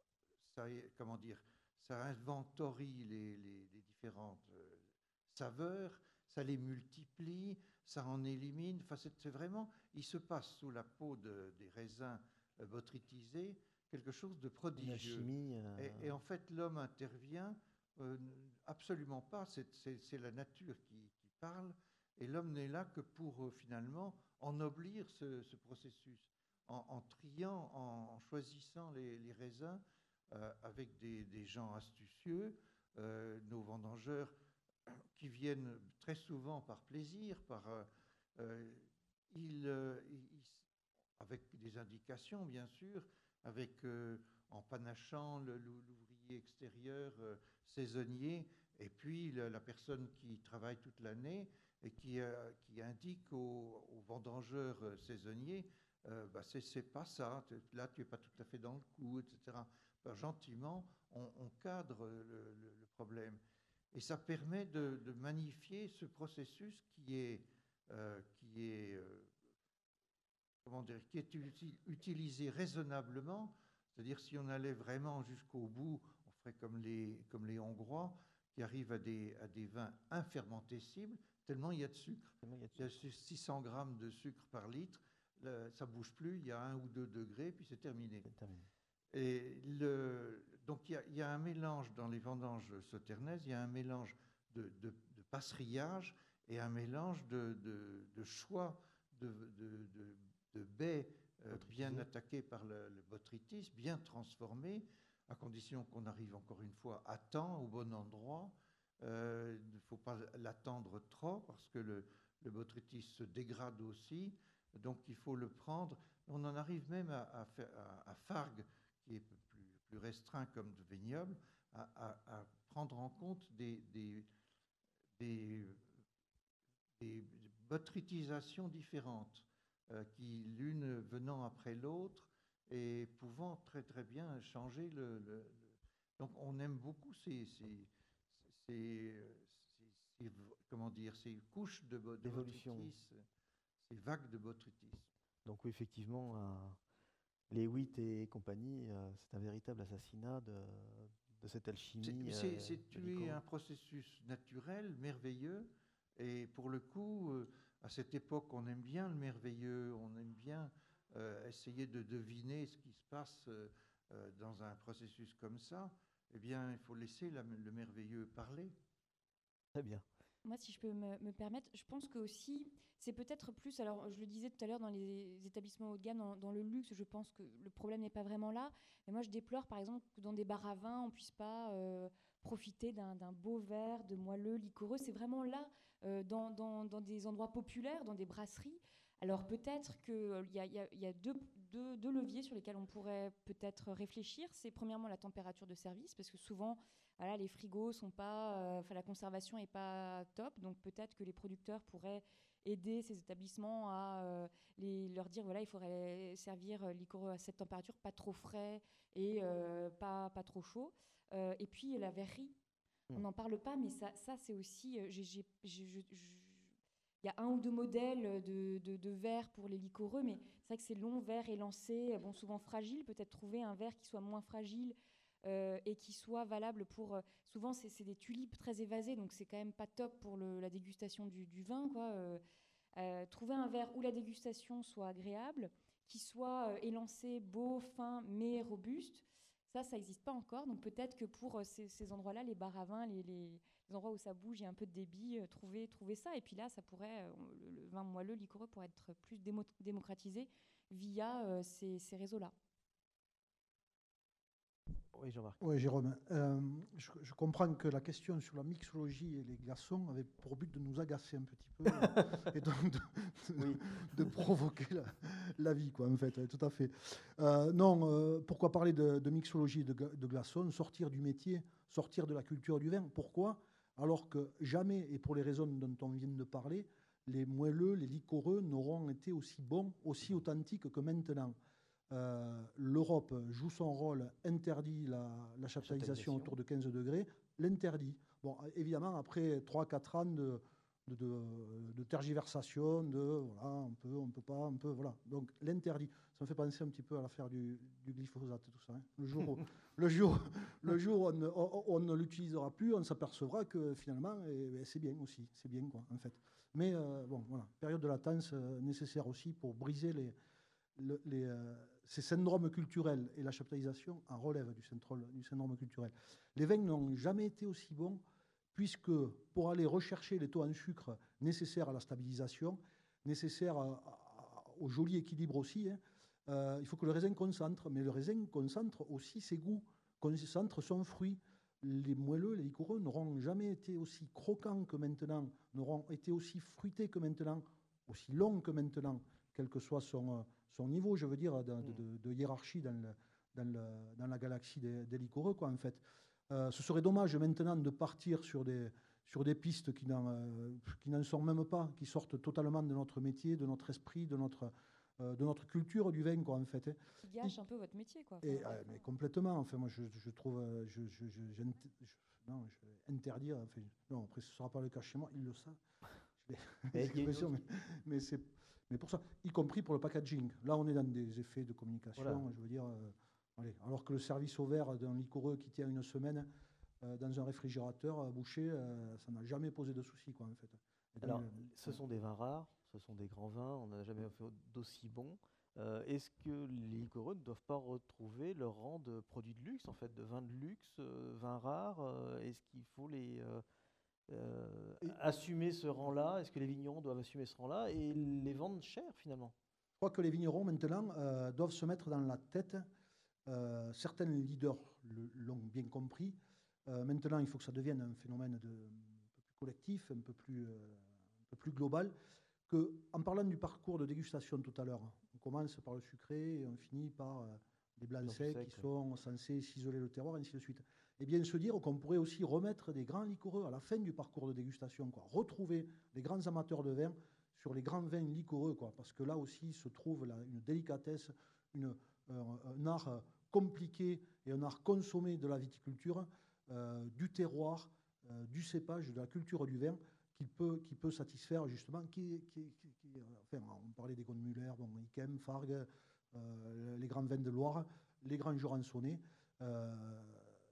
ça- comment dire, ça inventorie les, les- les différentes euh, saveurs, ça les multiplie, ça en élimine. Enfin, c'est c'est vraiment, il se passe sous la peau de- des raisins euh, botrytisés quelque chose de Une prodigieux. alchimie. euh, Et, et en fait, l'homme intervient euh, absolument pas. C'est c'est- c'est la nature qui, qui parle. Et l'homme n'est là que pour euh, finalement ennoblir ce, ce processus, en, en triant, en, en choisissant les, les raisins euh, avec des, des gens astucieux, euh, nos vendangeurs qui viennent très souvent par plaisir, par, euh, euh, ils, euh, ils- avec des indications bien sûr, avec euh, en panachant le- l'ou- l'ouvrier extérieur euh, saisonnier, et puis le- la personne qui travaille toute l'année et qui, euh, qui indique aux, aux vendangeurs euh, saisonniers, euh, bah, c'est c'est pas ça, tu- là tu es pas tout à fait dans le coup, et cetera. Bah, gentiment, on, on cadre le, le- le problème. Et ça permet de, de magnifier ce processus qui est, euh, qui est euh, comment dire, qui est uti- utilisé raisonnablement, c'est-à-dire si on allait vraiment jusqu'au bout, on ferait comme les, comme les Hongrois qui arrivent à des, à des vins infermentescibles, tellement il y a de sucre. tellement il y a de Il y a sucre. six cents grammes de sucre par litre, le- ça bouge plus, il y a un ou deux degrés, puis c'est terminé. C'est terminé. Et le, donc il y, a, il y a un mélange dans les vendanges sauternaises, il y a un mélange de, de, de passerillage et un mélange de, de, de choix de, de, de, de baies euh, bien Botrytisées. attaquées par le, le botrytis, bien transformées, à condition qu'on arrive encore une fois à temps, au bon endroit. Euh, il ne faut pas l'attendre trop parce que le, le botrytis se dégrade aussi, donc il faut le prendre. On en arrive même à, à, faire, à, à Fargue, qui est plus, plus restreint comme de vignoble, à, à- à prendre en compte des, des, des, des botrytisations différentes, euh, qui l'une venant après l'autre et pouvant très très bien changer le. le- le- Donc on aime beaucoup ces, ces, ces, ces- ces- comment dire, ces couches de, bo- de D'évolution. botrytis, ces vagues de botrytis. Donc oui, effectivement, un- les huit et compagnie, euh, c'est un véritable assassinat de, de cette alchimie. C'est- C'est euh, c'est de tuer Liquoreux. un processus naturel, merveilleux, et pour le coup, euh, à cette époque, on aime bien le merveilleux, on aime bien euh, essayer de deviner ce qui se passe euh, euh, dans un processus comme ça. Eh bien, il faut laisser la- le merveilleux parler. Très bien. Moi, si je peux me, me permettre, je pense que aussi, c'est peut-être plus, alors je le disais tout à l'heure, dans les établissements haut de gamme, dans, dans le luxe, je pense que le problème n'est pas vraiment là. Mais moi, je déplore, par exemple, que dans des bars à vin, on ne puisse pas euh, profiter d'un d'un beau verre de moelleux, liquoreux. C'est vraiment là, euh, dans, dans- dans des endroits populaires, dans des brasseries. Alors peut-être qu'il y a, y a- y a deux, deux- deux leviers sur lesquels on pourrait peut-être réfléchir. C'est premièrement la température de service, parce que souvent, voilà, les frigos sont pas, euh, enfin la conservation est pas top, donc peut-être que les producteurs pourraient aider ces établissements à euh, les, leur dire voilà, il faudrait servir euh, liquoreux à cette température, pas trop frais et euh, pas, pas trop chaud. Euh, et puis la verrerie, on Mm. n'en parle pas, mais ça, ça c'est aussi, euh, j'ai- j'ai- j'ai- je- je- il y a un ou deux modèles de, de, de verres pour les liquoreux, mais c'est vrai que c'est long, verre élancé, bon, souvent fragile. Peut-être trouver un verre qui soit moins fragile euh, et qui soit valable pour... euh, souvent, c'est c'est des tulipes très évasées, donc c'est quand même pas top pour le- la dégustation du, du vin, quoi. Euh, euh, trouver un verre où la dégustation soit agréable, qui soit euh, élancé, beau, fin, mais robuste, ça, ça n'existe pas encore. Donc peut-être que pour euh, ces, ces endroits-là, les bars à vin, les, les- les endroits où ça bouge, il y a un peu de débit, euh, trouver, trouver ça. Et puis là, ça pourrait, euh, le, le vin moelleux, liquoreux pourrait être plus démo- démocratisé via euh, ces, ces réseaux-là. Oui, Jean-Marc. Oui, Jérôme. Euh, je, je comprends que la question sur la mixologie et les glaçons avait pour but de nous agacer un petit peu et donc de, de- Oui. de provoquer la, la vie, quoi, en fait. Ouais, tout à fait. Euh, non, euh, pourquoi parler de, de mixologie et de, gla- de glaçons, sortir du métier, sortir de la culture du vin? Pourquoi? Alors que jamais, et pour les raisons dont on vient de parler, les moelleux, les liquoreux n'auront été aussi bons, aussi authentiques que maintenant. Euh, L'Europe joue son rôle, interdit la, la chaptalisation chaptalisation. autour de quinze degrés, l'interdit. Bon, évidemment, après trois quatre ans de, de, de, de tergiversation, de voilà, on peut, on peut pas, on peut, voilà. Donc l'interdit. Ça me fait penser un petit peu à l'affaire du, du glyphosate, tout ça. Hein. Le jour où, le jour, le jour où on, ne- on- on ne l'utilisera plus, on s'apercevra que finalement, eh ben, c'est bien aussi, c'est bien, quoi, en fait. Mais euh, bon, voilà, période de latence euh, nécessaire aussi pour briser les, le- les, euh, ces syndromes culturels, et la chaptalisation en relève du syndrome, du syndrome culturel. Les vins n'ont jamais été aussi bons, puisque pour aller rechercher les taux en sucre nécessaires à la stabilisation, nécessaires à- à- au joli équilibre aussi, hein, euh, il faut que le raisin concentre, mais le raisin concentre aussi ses goûts, concentre son fruit. Les moelleux, les liquoreux n'auront jamais été aussi croquants que maintenant, n'auront été aussi fruités que maintenant, aussi longs que maintenant, quel que soit son, euh, son niveau, je veux dire, de, de- de- de hiérarchie dans, le- dans le- dans la galaxie des, des liquoreux, quoi, en fait. Euh, ce serait dommage maintenant de partir sur des, sur des pistes qui n'en euh, qui n'en sont même pas, qui sortent totalement de notre métier, de notre esprit, de notre, euh, de notre culture du vin, quoi, en fait. Hein. Qui gâche un peu votre métier, quoi. Et, Enfin, euh, mais complètement. Enfin, moi, je, je trouve, euh, je, je, je, j'int- je- non, je vais interdire. Enfin, non, après, ce ne sera pas le cas chez moi. Ils le savent. Je vais- Mais il y a une l'expression, autre- mais, mais c'est, mais pour ça, y compris pour le packaging. Là, on est dans des effets de communication. Voilà. Je veux dire, euh, allez, alors que le service au verre d'un liquoreux qui tient une semaine euh, dans un réfrigérateur euh, bouché, euh, ça n'a jamais posé de souci, quoi, en fait. Et donc, Alors, euh, ce sont des vins rares, ce sont des grands vins, on n'a jamais fait d'aussi bons. Euh, Est-ce que les liquoreux ne doivent pas retrouver leur rang de produits de luxe, en fait, de vins de luxe, euh, vins rares euh, Est-ce qu'il faut les euh, euh, Et- assumer ce rang-là? Est-ce que les vignerons doivent assumer ce rang-là et les vendre cher, finalement? Je crois que les vignerons, maintenant, euh, doivent se mettre dans la tête, euh, certains leaders le- l'ont bien compris, euh, maintenant il faut que ça devienne un phénomène de, un peu plus collectif, un peu plus, euh, un peu plus global, que, en parlant du parcours de dégustation tout à l'heure, on commence par le sucré et on finit par euh, des blancs Blanc plus secs sec, qui ouais. sont censés s'isoler le terroir, ainsi de suite. Et bien se dire qu'on pourrait aussi remettre des grands liquoreux à la fin du parcours de dégustation, quoi. Retrouver les grands amateurs de vin sur les grands vins liquoreux, quoi, parce que là aussi se trouve la- une délicatesse, une, euh, un art euh, compliqué et un art consommé de la viticulture, euh, du terroir, euh, du cépage, de la culture du vin, qui peut, qui peut satisfaire justement, qui, qui, qui- qui- enfin, on parlait des Gondmuller, bon, Yquem, Fargue, euh, les grands vins de Loire, les grands Jurançonnais. Euh, je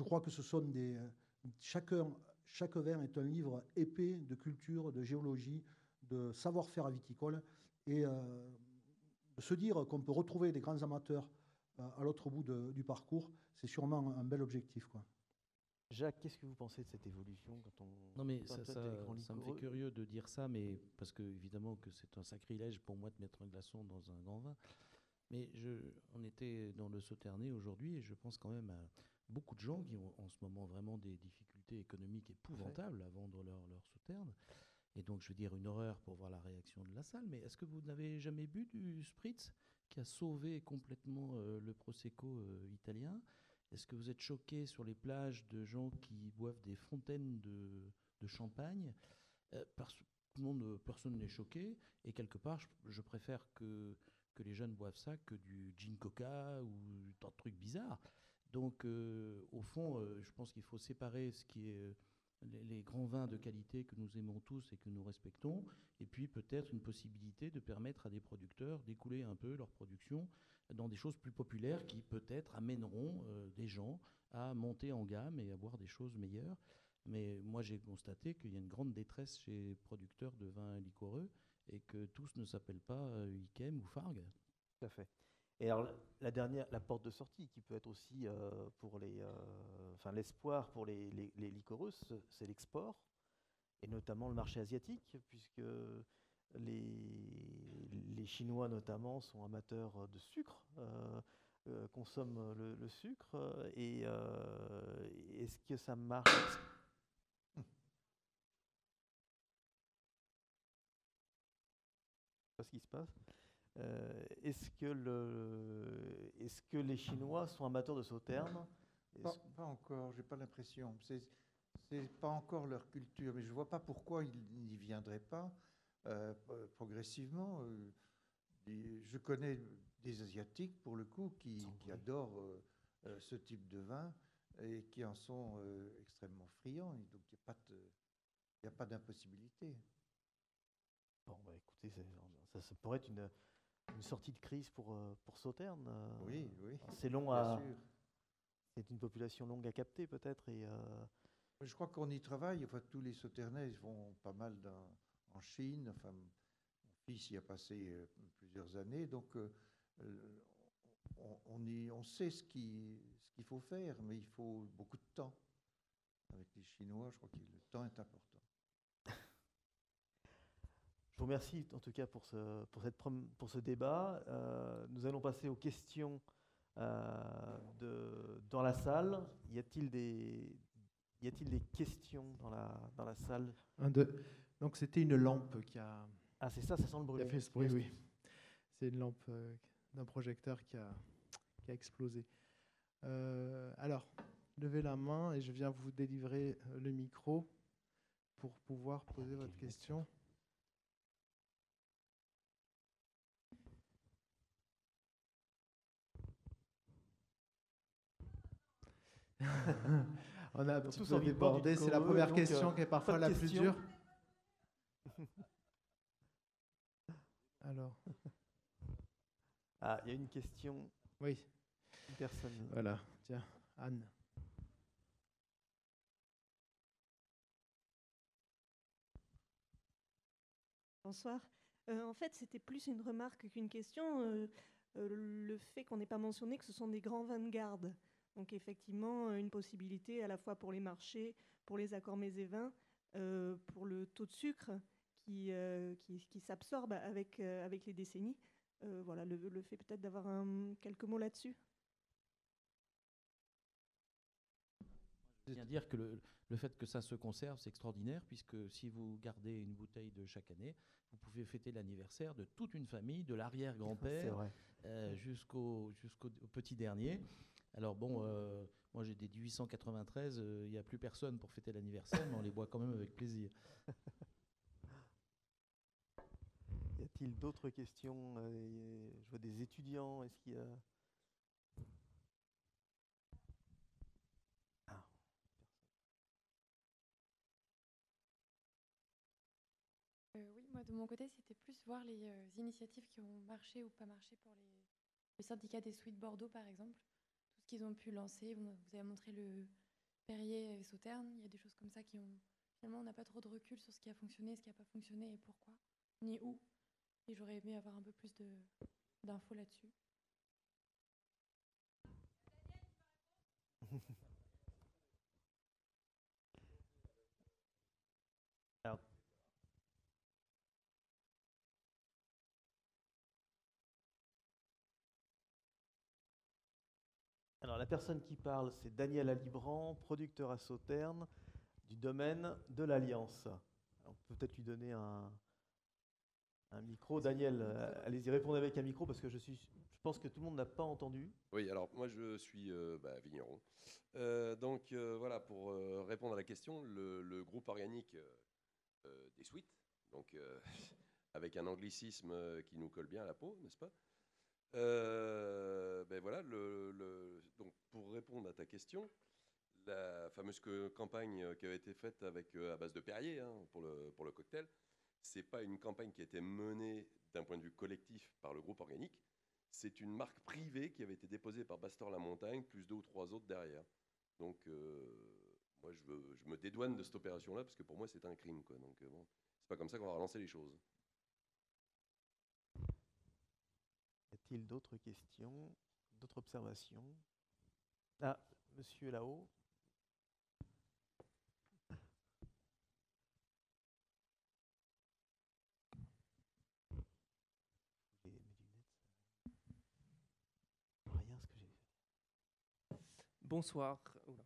je crois que ce sont des... Chacun, chaque vin est un livre épais de culture, de géologie, de savoir-faire viticole. Et euh, de se dire qu'on peut retrouver des grands amateurs euh, à l'autre bout de, du parcours, c'est sûrement un bel objectif, quoi. Jacques, qu'est-ce que vous pensez de cette évolution quand on Non mais parle ça, peut-être des ça, grands ça me fait liquoreux? curieux de dire ça, mais parce que évidemment que c'est un sacrilège pour moi de mettre un glaçon dans un grand vin. Mais je, on était dans le Sauternais aujourd'hui et je pense quand même à beaucoup de gens qui ont en ce moment vraiment des difficultés économiques épouvantables à vendre leur, leur Sauterne. Et donc je veux dire une horreur pour voir la réaction de la salle. Mais est-ce que vous n'avez jamais bu du Spritz qui a sauvé complètement euh, le Prosecco euh, italien? Est-ce que vous êtes choqué sur les plages de gens qui boivent des fontaines de, de champagne? euh, parce, tout le monde, personne n'est choqué. Et quelque part, je, je préfère que, que les jeunes boivent ça que du gin coca ou tant de trucs bizarres. Donc, euh, au fond, euh, je pense qu'il faut séparer ce qui est euh, les, les grands vins de qualité que nous aimons tous et que nous respectons, et puis peut-être une possibilité de permettre à des producteurs d'écouler un peu leur production dans des choses plus populaires qui peut-être amèneront euh, des gens à monter en gamme et à boire des choses meilleures. Mais moi, j'ai constaté qu'il y a une grande détresse chez les producteurs de vins liquoreux et que tous ne s'appellent pas euh, Yquem ou Fargue. Tout à fait. Et alors, la dernière, la porte de sortie qui peut être aussi euh, pour les, euh, enfin l'espoir pour les, les, les liquoreux, c'est l'export, et notamment le marché asiatique, puisque les, les Chinois notamment sont amateurs de sucre, euh, euh, consomment le, le sucre, et euh, est-ce que ça marche? Je ne sais pas ce qui se passe. Euh, est-ce que, le, est-ce que les Chinois sont amateurs de Sauterne? Pas, pas encore, j'ai pas l'impression. C'est, c'est pas encore leur culture, mais je vois pas pourquoi ils n'y viendraient pas euh, progressivement. Euh, des, je connais des Asiatiques, pour le coup, qui, qui adorent euh, euh, ce type de vin et qui en sont euh, extrêmement friands. Et donc, il n'y a pas de, il n'y a pas d'impossibilité. Bon, bah écoutez, c'est- ça, ça pourrait être une, une sortie de crise pour, euh, pour Sauterne. euh, Oui, oui, C'est long bien à. sûr. C'est une population longue à capter, peut-être. Et, euh, Je crois qu'on y travaille. Enfin, tous les Sauternais vont pas mal dans, en Chine. Enfin, mon fils y a passé euh, plusieurs années. Donc, euh, euh, on, on, y, on sait ce qu'il ce qu'il faut faire, mais il faut beaucoup de temps. Avec les Chinois, je crois que le temps est important. Je vous remercie en tout cas pour ce, pour cette prom- pour ce débat. Euh, nous allons passer aux questions euh, de, dans la salle. Y a-t-il des, y a-t-il des questions dans la, dans la salle? Un, deux. Donc c'était une lampe qui a, Ah, c'est ça, ça sent le qui brûler. a fait ce bruit, oui. C'est une lampe euh, d'un projecteur qui a, qui a explosé. Euh, alors, levez la main et je viens vous délivrer euh, le micro pour pouvoir poser votre question. On a un petit peu débordé, c'est la première donc, question euh, qui est parfois pas de la plus questions. dure. Alors, Ah, il y a une question. oui, Une personne. voilà, tiens, Anne. Bonsoir. Euh, en fait, c'était plus une remarque qu'une question. Euh, euh, le fait qu'on n'ait pas mentionné que ce sont des grands vins de garde. Donc effectivement, euh, une possibilité à la fois pour les marchés, pour les accords mets et vins, euh, pour le taux de sucre qui, euh, qui, qui s'absorbe avec, euh, avec les décennies. Euh, voilà, le, le fait peut-être d'avoir un, quelques mots là-dessus. Je viens dire que le, le fait que ça se conserve, c'est extraordinaire, puisque si vous gardez une bouteille de chaque année, vous pouvez fêter l'anniversaire de toute une famille, de C'est l'arrière-grand-père vrai. euh, jusqu'au jusqu'au au petit dernier. Alors bon, euh, moi j'ai des mille huit cent quatre-vingt-treize, il n'y a plus personne pour fêter l'anniversaire, mais on les boit quand même avec plaisir. Y a-t-il d'autres questions? Euh, Je vois des étudiants. Est-ce qu'il y a... Ah. Euh, oui, moi de mon côté, c'était plus voir les euh, initiatives qui ont marché ou pas marché pour les, le syndicat des Sweets Bordeaux, par exemple. Tout ce qu'ils ont pu lancer. Vous, vous avez montré le, Perrier et Sauternes, il y a des choses comme ça qui ont... Finalement, on n'a pas trop de recul sur ce qui a fonctionné, ce qui n'a pas fonctionné et pourquoi, ni où. Et j'aurais aimé avoir un peu plus de, d'infos là-dessus. Alors, alors, la personne qui parle, c'est Daniel Alibran, producteur à Sauternes, du domaine de l'Alliance. On peut peut-être lui donner un, un micro. Daniel, euh, allez-y, répondez avec un micro parce que je, suis, je pense que tout le monde n'a pas entendu. Oui, alors moi je suis euh, bah, vigneron. Euh, donc euh, voilà, pour euh, répondre à la question, le, le groupe organique euh, euh, des suites, donc euh, avec un anglicisme euh, qui nous colle bien à la peau, n'est-ce pas? Euh, ben voilà, le, le, donc pour répondre à ta question, la fameuse que- campagne qui avait été faite avec, euh, à base de Perrier hein, pour, le, pour le cocktail, c'est pas une campagne qui a été menée d'un point de vue collectif par le groupe organique, c'est une marque privée qui avait été déposée par Bastor-la-Montagne, plus deux ou trois autres derrière. Donc, euh, moi, je, veux, je me dédouane de cette opération-là, parce que pour moi, c'est un crime. Quoi. Donc, euh, bon, c'est pas comme ça qu'on va relancer les choses. Y a-t-il d'autres questions, d'autres observations? Ah, monsieur là-haut. Rien ce que j'ai fait. Bonsoir. Oula.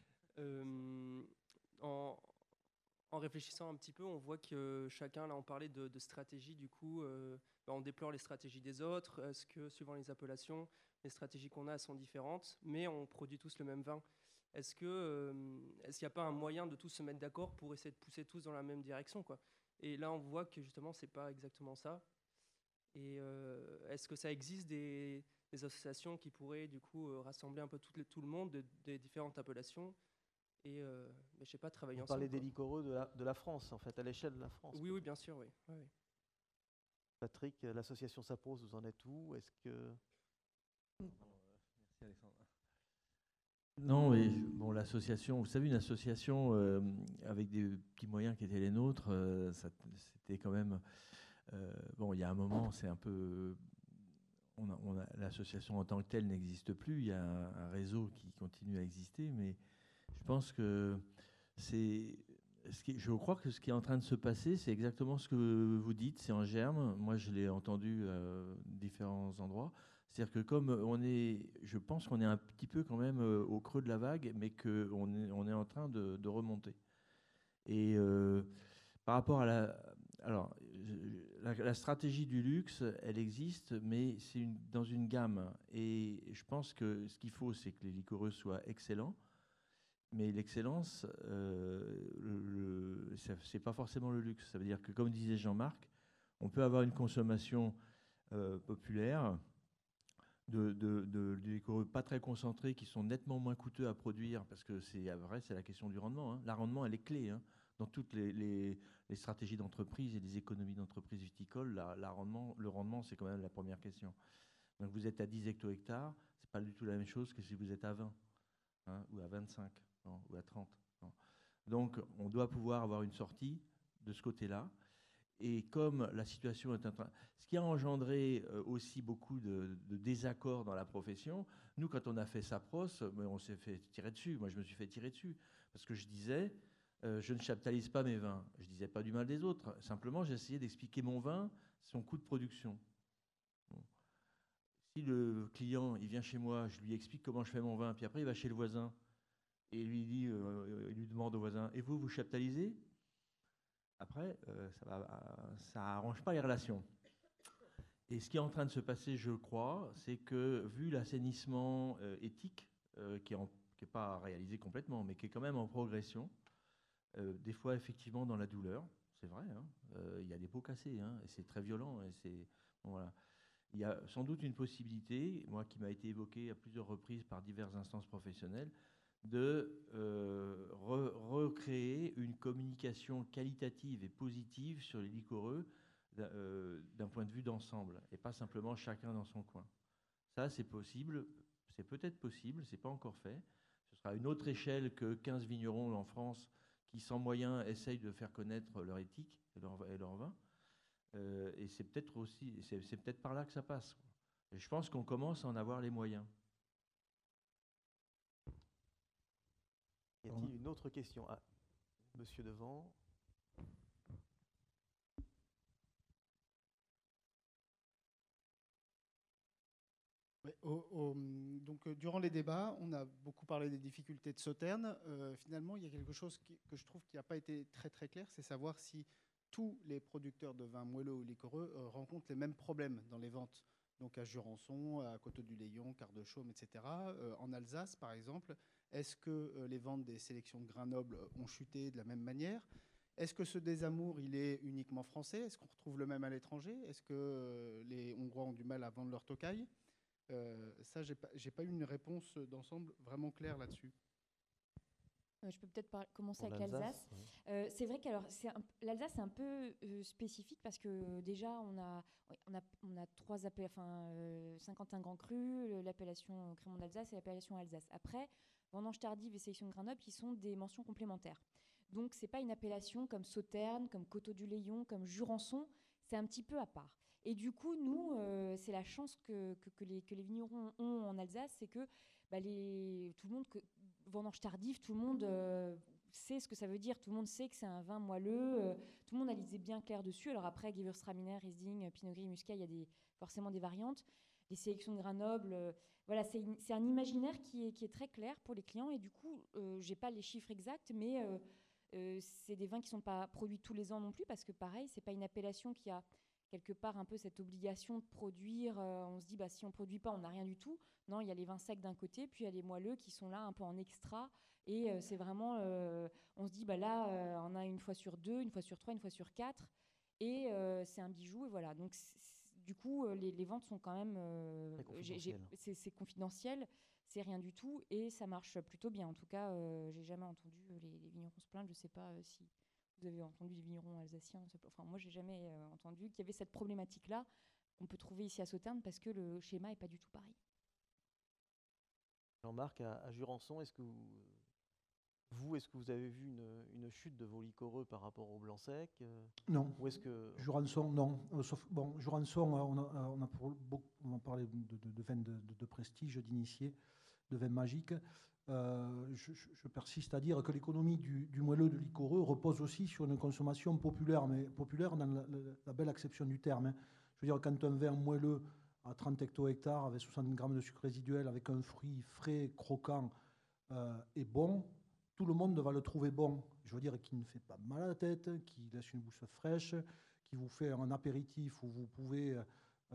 Euh, en, en réfléchissant un petit peu, on voit que chacun, là, on parlait de, de stratégie, du coup, euh, ben, on déplore les stratégies des autres. Est-ce que, suivant les appellations, les stratégies qu'on a sont différentes, mais on produit tous le même vin? Est-ce que, euh, est-ce qu'il n'y a pas un moyen de tous se mettre d'accord pour essayer de pousser tous dans la même direction, quoi? Et là, on voit que justement, c'est pas exactement ça. Et euh, est-ce que ça existe des, des associations qui pourraient du coup euh, rassembler un peu tout le, tout le monde de- des différentes appellations et euh, mais je sais pas, travailler Vous ensemble, parlez des quoi. liquoreux de la, de la France, en fait, à l'échelle de la France. Oui, oui, bien sûr, oui. Oui, oui. Patrick, euh, l'association Sapros, vous en êtes où? Est-ce que... Merci Alexandre. Non, mais je- bon, l'association, vous savez, une association euh, avec des petits moyens qui étaient les nôtres, euh, ça- c'était quand même. euh, bon, il y a un moment, c'est un peu. On a, on a- l'association en tant que telle n'existe plus. Il y a un, un réseau qui continue à exister, mais je pense que c'est. Ce qui, je crois que ce qui est en train de se passer, c'est exactement ce que vous dites, c'est en germe. Moi, je l'ai entendu à différents endroits. C'est-à-dire que comme on est, je pense qu'on est un petit peu quand même euh, au creux de la vague, mais qu'on est, on est en train de, de remonter. Et euh, par rapport à la, alors, je- la, la stratégie du luxe, elle existe, mais c'est une- dans une gamme. Et je pense que ce qu'il faut, c'est que les liquoreux soient excellents. Mais l'excellence, euh, le, le- ça- c'est pas forcément le luxe. Ça veut dire que, comme disait Jean-Marc, on peut avoir une consommation euh, populaire de, de, de, de liquoreux pas très concentrés qui sont nettement moins coûteux à produire parce que c'est vrai, c'est la question du rendement. Hein. La rendement, elle est clé hein. Dans toutes les, les, les stratégies d'entreprise et des économies d'entreprise viticoles. La, la rendement, le rendement, c'est quand même la première question. Donc vous êtes à dix hecto-hectares, c'est pas du tout la même chose que si vous êtes à vingt hein, ou à vingt-cinq non, ou à trente. Non. Donc on doit pouvoir avoir une sortie de ce côté-là. Et comme la situation est en train... Ce qui a engendré euh, aussi beaucoup de, de désaccords dans la profession, nous, quand on a fait Sapros, mais on s'est fait tirer dessus. Moi, je me suis fait tirer dessus. Parce que je disais, euh, je ne chaptalise pas mes vins. Je ne disais pas du mal des autres. Simplement, j'essayais d'expliquer mon vin, son coût de production. Bon. Si le client, il vient chez moi, je lui explique comment je fais mon vin, puis après, il va chez le voisin, et lui dit, euh, il lui demande au voisin, et vous, vous chaptalisez? Après, euh, ça va, ça arrange pas les relations. Et ce qui est en train de se passer, je crois, c'est que vu l'assainissement euh, éthique, euh, qui n'est pas réalisé complètement, mais qui est quand même en progression, euh, des fois effectivement dans la douleur, c'est vrai, il hein, euh, y a des pots cassés, hein, et c'est très violent. Et c'est, bon, voilà. Il y a sans doute une possibilité, moi qui m'a été évoquée à plusieurs reprises par diverses instances professionnelles, de euh, re recréer une communication qualitative et positive sur les liquoreux d'un euh, point de vue d'ensemble, et pas simplement chacun dans son coin. Ça, c'est possible, c'est peut-être possible, c'est pas encore fait. Ce à une autre échelle que quinze vignerons en France qui, sans moyens, essayent de faire connaître leur éthique et leur, et leur vin. Euh, et c'est peut-être aussi, c'est, c'est peut-être par là que ça passe. Et je pense qu'on commence à en avoir les moyens. Y a-t-il une autre question? Ah, monsieur devant. Ouais, au- au- donc, euh, durant les débats, on a beaucoup parlé des difficultés de Sauternes. Euh, finalement, il y a quelque chose qui- que je trouve qui n'a pas été très très clair, c'est savoir si tous les producteurs de vins moelleux ou liquoreux euh, rencontrent les mêmes problèmes dans les ventes. Donc à Jurançon, à Coteau-du-Layon, Quart de Chaume, et cetera. Euh, en Alsace, par exemple, est-ce que euh, les ventes des sélections de grains nobles ont chuté de la même manière? Est-ce que ce désamour, il est uniquement français? Est-ce qu'on retrouve le même à l'étranger? Est-ce que euh, les Hongrois ont du mal à vendre leur Tokai? Euh, ça, j'ai pas, j'ai pas eu une réponse d'ensemble vraiment claire là-dessus. Euh, je peux peut-être par- commencer Pour avec l'Alsace, l'Alsace. oui. Euh, c'est vrai qu'alors c'est un- l'Alsace est un peu euh, spécifique parce que euh, déjà on a oui, on a on a trois appels, enfin euh, Saint-Quentin Grand Cru, le- l'appellation Crémant d'Alsace et l'appellation Alsace. Après, vendange tardive et sélection de grains nobles qui sont des mentions complémentaires. Donc c'est pas une appellation comme Sauternes, comme Coteau-du-Layon, comme Jurançon, c'est un petit peu à part. Et du coup, nous, euh, c'est la chance que, que, que les, que les vignerons ont en Alsace, c'est que bah, les, tout le monde, que, vendange tardive, tout le monde euh, sait ce que ça veut dire. Tout le monde sait que c'est un vin moelleux. Euh, tout le monde a les idées bien claires dessus. Alors après, Gewürztraminer, Riesling, Pinot Gris, Muscat, il y a des, forcément des variantes. Les sélections de grains nobles, euh, voilà, c'est, une- c'est un imaginaire qui est, qui est très clair pour les clients. Et du coup, euh, j'ai pas les chiffres exacts, mais euh, euh, c'est des vins qui sont pas produits tous les ans non plus, parce que pareil, c'est pas une appellation qui a quelque part un peu cette obligation de produire. Euh, on se dit, bah, si on produit pas, on n'a rien du tout. Non, il y a les vins secs d'un côté, puis il y a les moelleux qui sont là un peu en extra. Et euh, c'est vraiment, euh, on se dit, bah là, euh, on a une fois sur deux, une fois sur trois, une fois sur quatre. Et euh, c'est un bijou, et voilà. Donc, c'est- c'est- du coup, euh, les, les ventes sont quand même. euh, Très j'ai- j'ai- confidentielles. c'est, c'est confidentiel, c'est rien du tout, et ça marche plutôt bien. En tout cas, euh, j'ai jamais entendu les, les vignerons se plaindre. Je sais pas euh, si vous avez entendu des vignerons alsaciens. se pla- Enfin, moi, j'ai jamais euh, entendu qu'il y avait cette problématique-là qu'on peut trouver ici à Sauternes, parce que le schéma est pas du tout pareil. Jean-Marc, à, à Jurançon, est-ce que vous, vous, est-ce que vous avez vu une, une chute de vos liquoreux par rapport au blanc sec euh, Non. Ou est-ce que Jurançon, non. Euh, sauf, bon, Jurançon, euh, on a, euh, on a pour beaucoup, on va parler de, de, de vins de, de, de prestige, d'initiés, de vins magiques. Euh, je, je- je persiste à dire que l'économie du, du moelleux de liquoreux repose aussi sur une consommation populaire, mais populaire dans la, la- la belle acception du terme, hein. Je veux dire, quand un vin moelleux à trente hecto-hectares, avec soixante grammes de sucre résiduel, avec un fruit frais, croquant euh, et bon, tout le monde va le trouver bon. Je veux dire, qui ne fait pas mal à la tête, qui laisse une bouche fraîche, qui vous fait un apéritif où vous pouvez euh,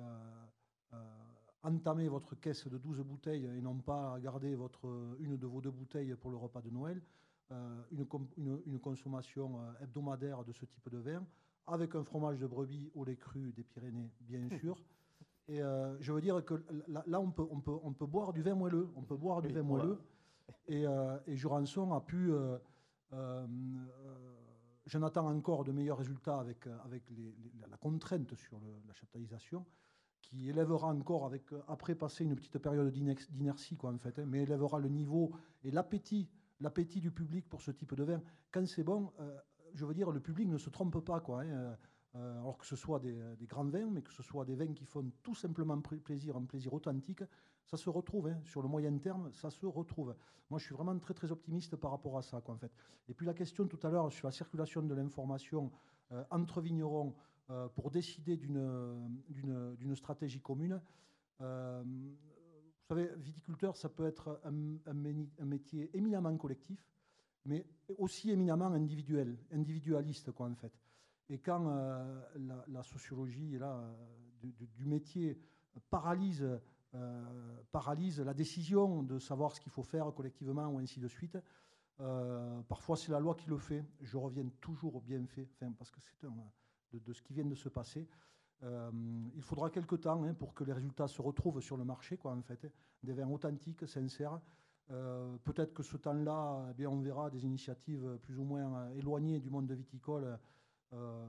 euh, entamer votre caisse de douze bouteilles et non pas garder votre, une de vos deux bouteilles pour le repas de Noël. Euh, une, com- une- une consommation euh, hebdomadaire de ce type de vin, avec un fromage de brebis au lait cru des Pyrénées, bien sûr. Et euh, je veux dire que là, là, on, peut, on, peut, on peut boire du vin moelleux. On peut boire du Oui, vin on va- moelleux. Et, euh, et Jurançon a pu. Euh, euh, euh, J'en attends encore de meilleurs résultats avec, euh, avec les- les- la contrainte sur le- la chaptalisation, qui élèvera encore, avec, euh, après passer une petite période d'inex- d'inertie, quoi, en fait, hein, mais élèvera le niveau et l'appétit, l'appétit du public pour ce type de vin. Quand c'est bon, euh, je veux dire, le public ne se trompe pas, quoi, hein, euh, alors que ce soit des, des grands vins, mais que ce soit des vins qui font tout simplement pr- plaisir, un plaisir authentique, ça se retrouve, hein, sur le moyen terme, ça se retrouve. Moi, je suis vraiment très, très optimiste par rapport à ça, quoi, en fait. Et puis la question tout à l'heure sur la circulation de l'information euh, entre vignerons euh, pour décider d'une, d'une, d'une stratégie commune. Euh, vous savez, viticulteur, ça peut être un, un méni- un métier éminemment collectif, mais aussi éminemment individuel, individualiste, quoi, en fait. Et quand euh, la, la sociologie là, euh, du, du- du métier paralyse, euh, paralyse la décision de savoir ce qu'il faut faire collectivement ou ainsi de suite, euh, parfois c'est la loi qui le fait. Je reviens toujours au bienfait, enfin, parce que c'est un, de, de ce qui vient de se passer. Euh, il faudra quelques temps, hein, pour que les résultats se retrouvent sur le marché, quoi, en fait, des vins authentiques, sincères. Euh, peut-être que ce temps-là, eh bien, on verra des initiatives plus ou moins euh, éloignées du monde viticole euh,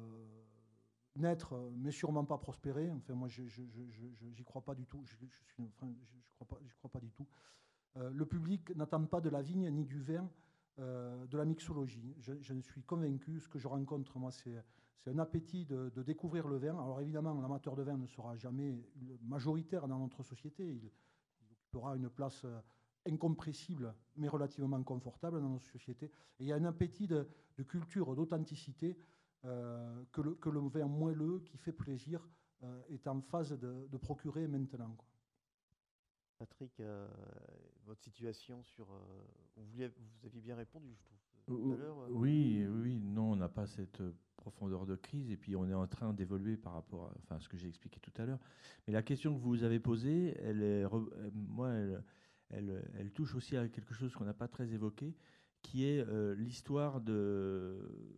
naître, mais sûrement pas prospérer. Enfin, moi, je, je, je, je, j'y crois pas du tout. Je, je suis, enfin, je, je crois pas, je crois pas du tout. Euh, le public n'attend pas de la vigne ni du vin, euh, de la mixologie. Je, je suis convaincu, ce que je rencontre, moi, c'est, c'est un appétit de, de découvrir le vin. Alors évidemment, l'amateur de vin ne sera jamais majoritaire dans notre société. Il, il aura une place incompressible, mais relativement confortable dans notre société. Et il y a un appétit de, de culture, d'authenticité, euh, que, le, que le vin moelleux, qui fait plaisir, euh, est en phase de, de procurer maintenant, quoi. Patrick, euh, votre situation sur... Euh, vous, vouliez, vous aviez bien répondu, je trouve, tout à l'heure. Euh. Oui, oui, non, on n'a pas cette profondeur de crise, et puis on est en train d'évoluer par rapport à enfin, ce que j'ai expliqué tout à l'heure. Mais la question que vous avez posée, elle est, moi, elle, elle, elle touche aussi à quelque chose qu'on n'a pas très évoqué, qui est euh, l'histoire de,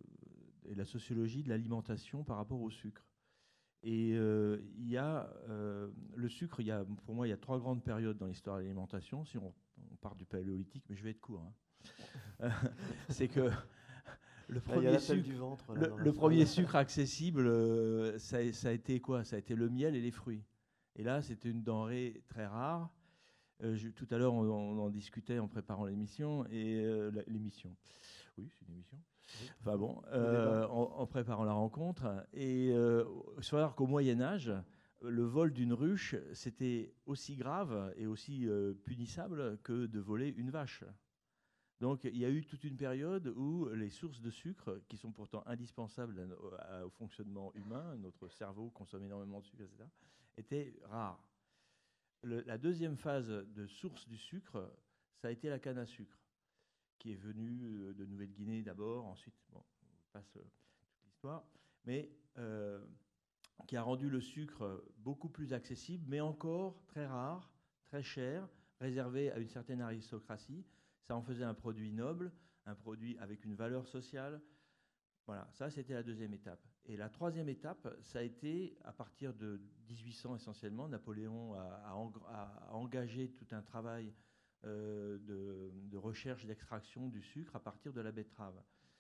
et la sociologie de l'alimentation par rapport au sucre. Et euh, il y a euh, le sucre, il y a, pour moi, il y a trois grandes périodes dans l'histoire de l'alimentation. Si on, on part du paléolithique, mais je vais être court. Hein. C'est que le premier, là, sucre, du ventre, là, le, le premier sucre accessible, euh, ça, ça a été quoi? Ça a été le miel et les fruits. Et là, c'était une denrée très rare. Euh, je, tout à l'heure, on, on en discutait en préparant l'émission et euh, la, l'émission. Oui, c'est une émission. Enfin bon, euh, en, en préparant la rencontre. Et euh, il faut savoir qu'au Moyen-Âge, le vol d'une ruche, c'était aussi grave et aussi euh, punissable que de voler une vache. Donc il y a eu toute une période où les sources de sucre, qui sont pourtant indispensables à, à, au fonctionnement humain, notre cerveau consomme énormément de sucre, et cetera, étaient rares. Le, la deuxième phase de source du sucre, ça a été la canne à sucre, qui est venue de Nouvelle-Guinée d'abord, ensuite, bon, on passe euh, toute l'histoire, mais euh, qui a rendu le sucre beaucoup plus accessible, mais encore très rare, très cher, réservé à une certaine aristocratie. Ça en faisait un produit noble, un produit avec une valeur sociale. Voilà, ça c'était la deuxième étape. Et la troisième étape, ça a été, à partir de dix-huit cents essentiellement, Napoléon a, a, a engagé tout un travail euh, de, de recherche d'extraction du sucre à partir de la betterave.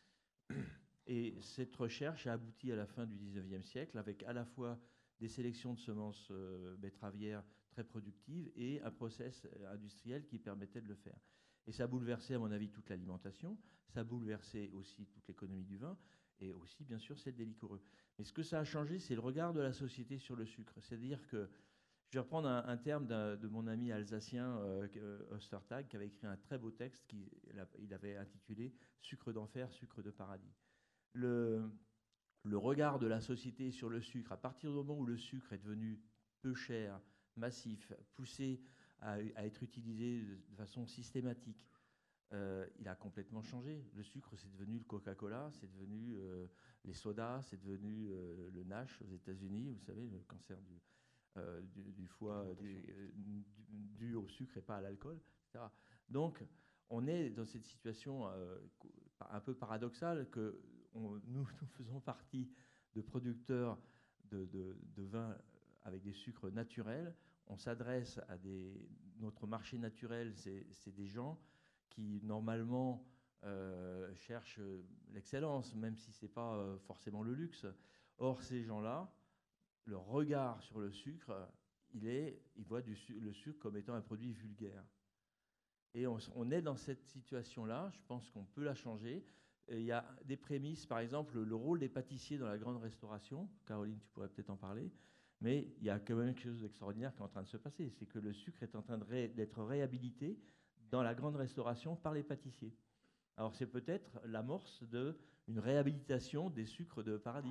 Et cette recherche a abouti à la fin du dix-neuvième siècle avec à la fois des sélections de semences euh, betteravières très productives et un process industriel qui permettait de le faire. Et ça a bouleversé, à mon avis, toute l'alimentation, ça a bouleversé aussi toute l'économie du vin, et aussi, bien sûr, celle des liquoreux. Mais ce que ça a changé, c'est le regard de la société sur le sucre. C'est-à-dire que, je vais reprendre un, un terme de mon ami alsacien, euh, Ostertag, qui avait écrit un très beau texte, qui, il avait intitulé « Sucre d'enfer, sucre de paradis ». Le, le regard de la société sur le sucre, à partir du moment où le sucre est devenu peu cher, massif, poussé à, à être utilisé de façon systématique, euh, il a complètement changé. Le sucre, c'est devenu le Coca-Cola, c'est devenu euh, les sodas, c'est devenu euh, le NASH aux États-Unis, vous savez, le cancer du, euh, du, du foie dû du, du au sucre et pas à l'alcool, et cetera. Donc, on est dans cette situation euh, un peu paradoxale que on, nous, nous faisons partie de producteurs de, de, de vin avec des sucres naturels. On s'adresse à des... Notre marché naturel, c'est, c'est des gens qui, normalement, euh, cherchent l'excellence, même si ce n'est pas euh, forcément le luxe. Or, ces gens-là, leur regard sur le sucre, il est, ils voient du, le sucre comme étant un produit vulgaire. Et on, on est dans cette situation-là, je pense qu'on peut la changer. Et il y a des prémices, par exemple, le rôle des pâtissiers dans la grande restauration. Caroline, tu pourrais peut-être en parler. Mais il y a quand même quelque chose d'extraordinaire qui est en train de se passer. C'est que le sucre est en train de ré, d'être réhabilité dans la grande restauration par les pâtissiers. Alors c'est peut-être l'amorce d'une réhabilitation des sucres de paradis.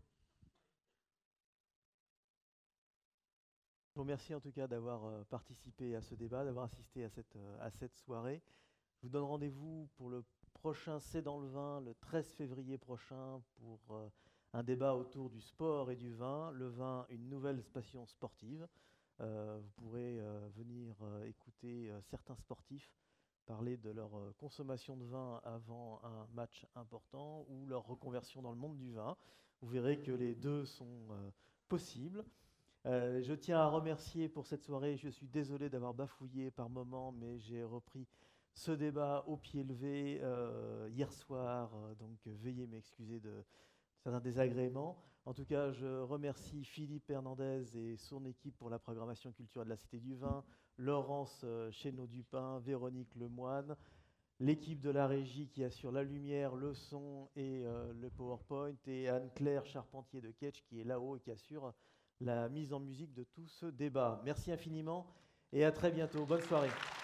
Je vous remercie en tout cas d'avoir participé à ce débat, d'avoir assisté à cette, à cette soirée. Je vous donne rendez-vous pour le prochain C'est dans le vin, le treize février prochain, pour euh, un débat autour du sport et du vin. Le vin, une nouvelle passion sportive. Euh, vous pourrez euh, venir euh, écouter euh, certains sportifs parler de leur euh, consommation de vin avant un match important ou leur reconversion dans le monde du vin. Vous verrez que les deux sont euh, possibles. Euh, je tiens à remercier pour cette soirée. Je suis désolé d'avoir bafouillé par moments, mais j'ai repris ce débat au pied levé euh, hier soir, euh, donc euh, veuillez m'excuser de certains désagréments. En tout cas, je remercie Philippe Hernandez et son équipe pour la programmation culturelle de la Cité du Vin, Laurence euh, Chénaud-Dupin, Véronique Lemoine, l'équipe de la régie qui assure la lumière, le son et euh, le PowerPoint, et Anne-Claire Charpentier de Ketch qui est là-haut et qui assure la mise en musique de tout ce débat. Merci infiniment et à très bientôt. Bonne soirée.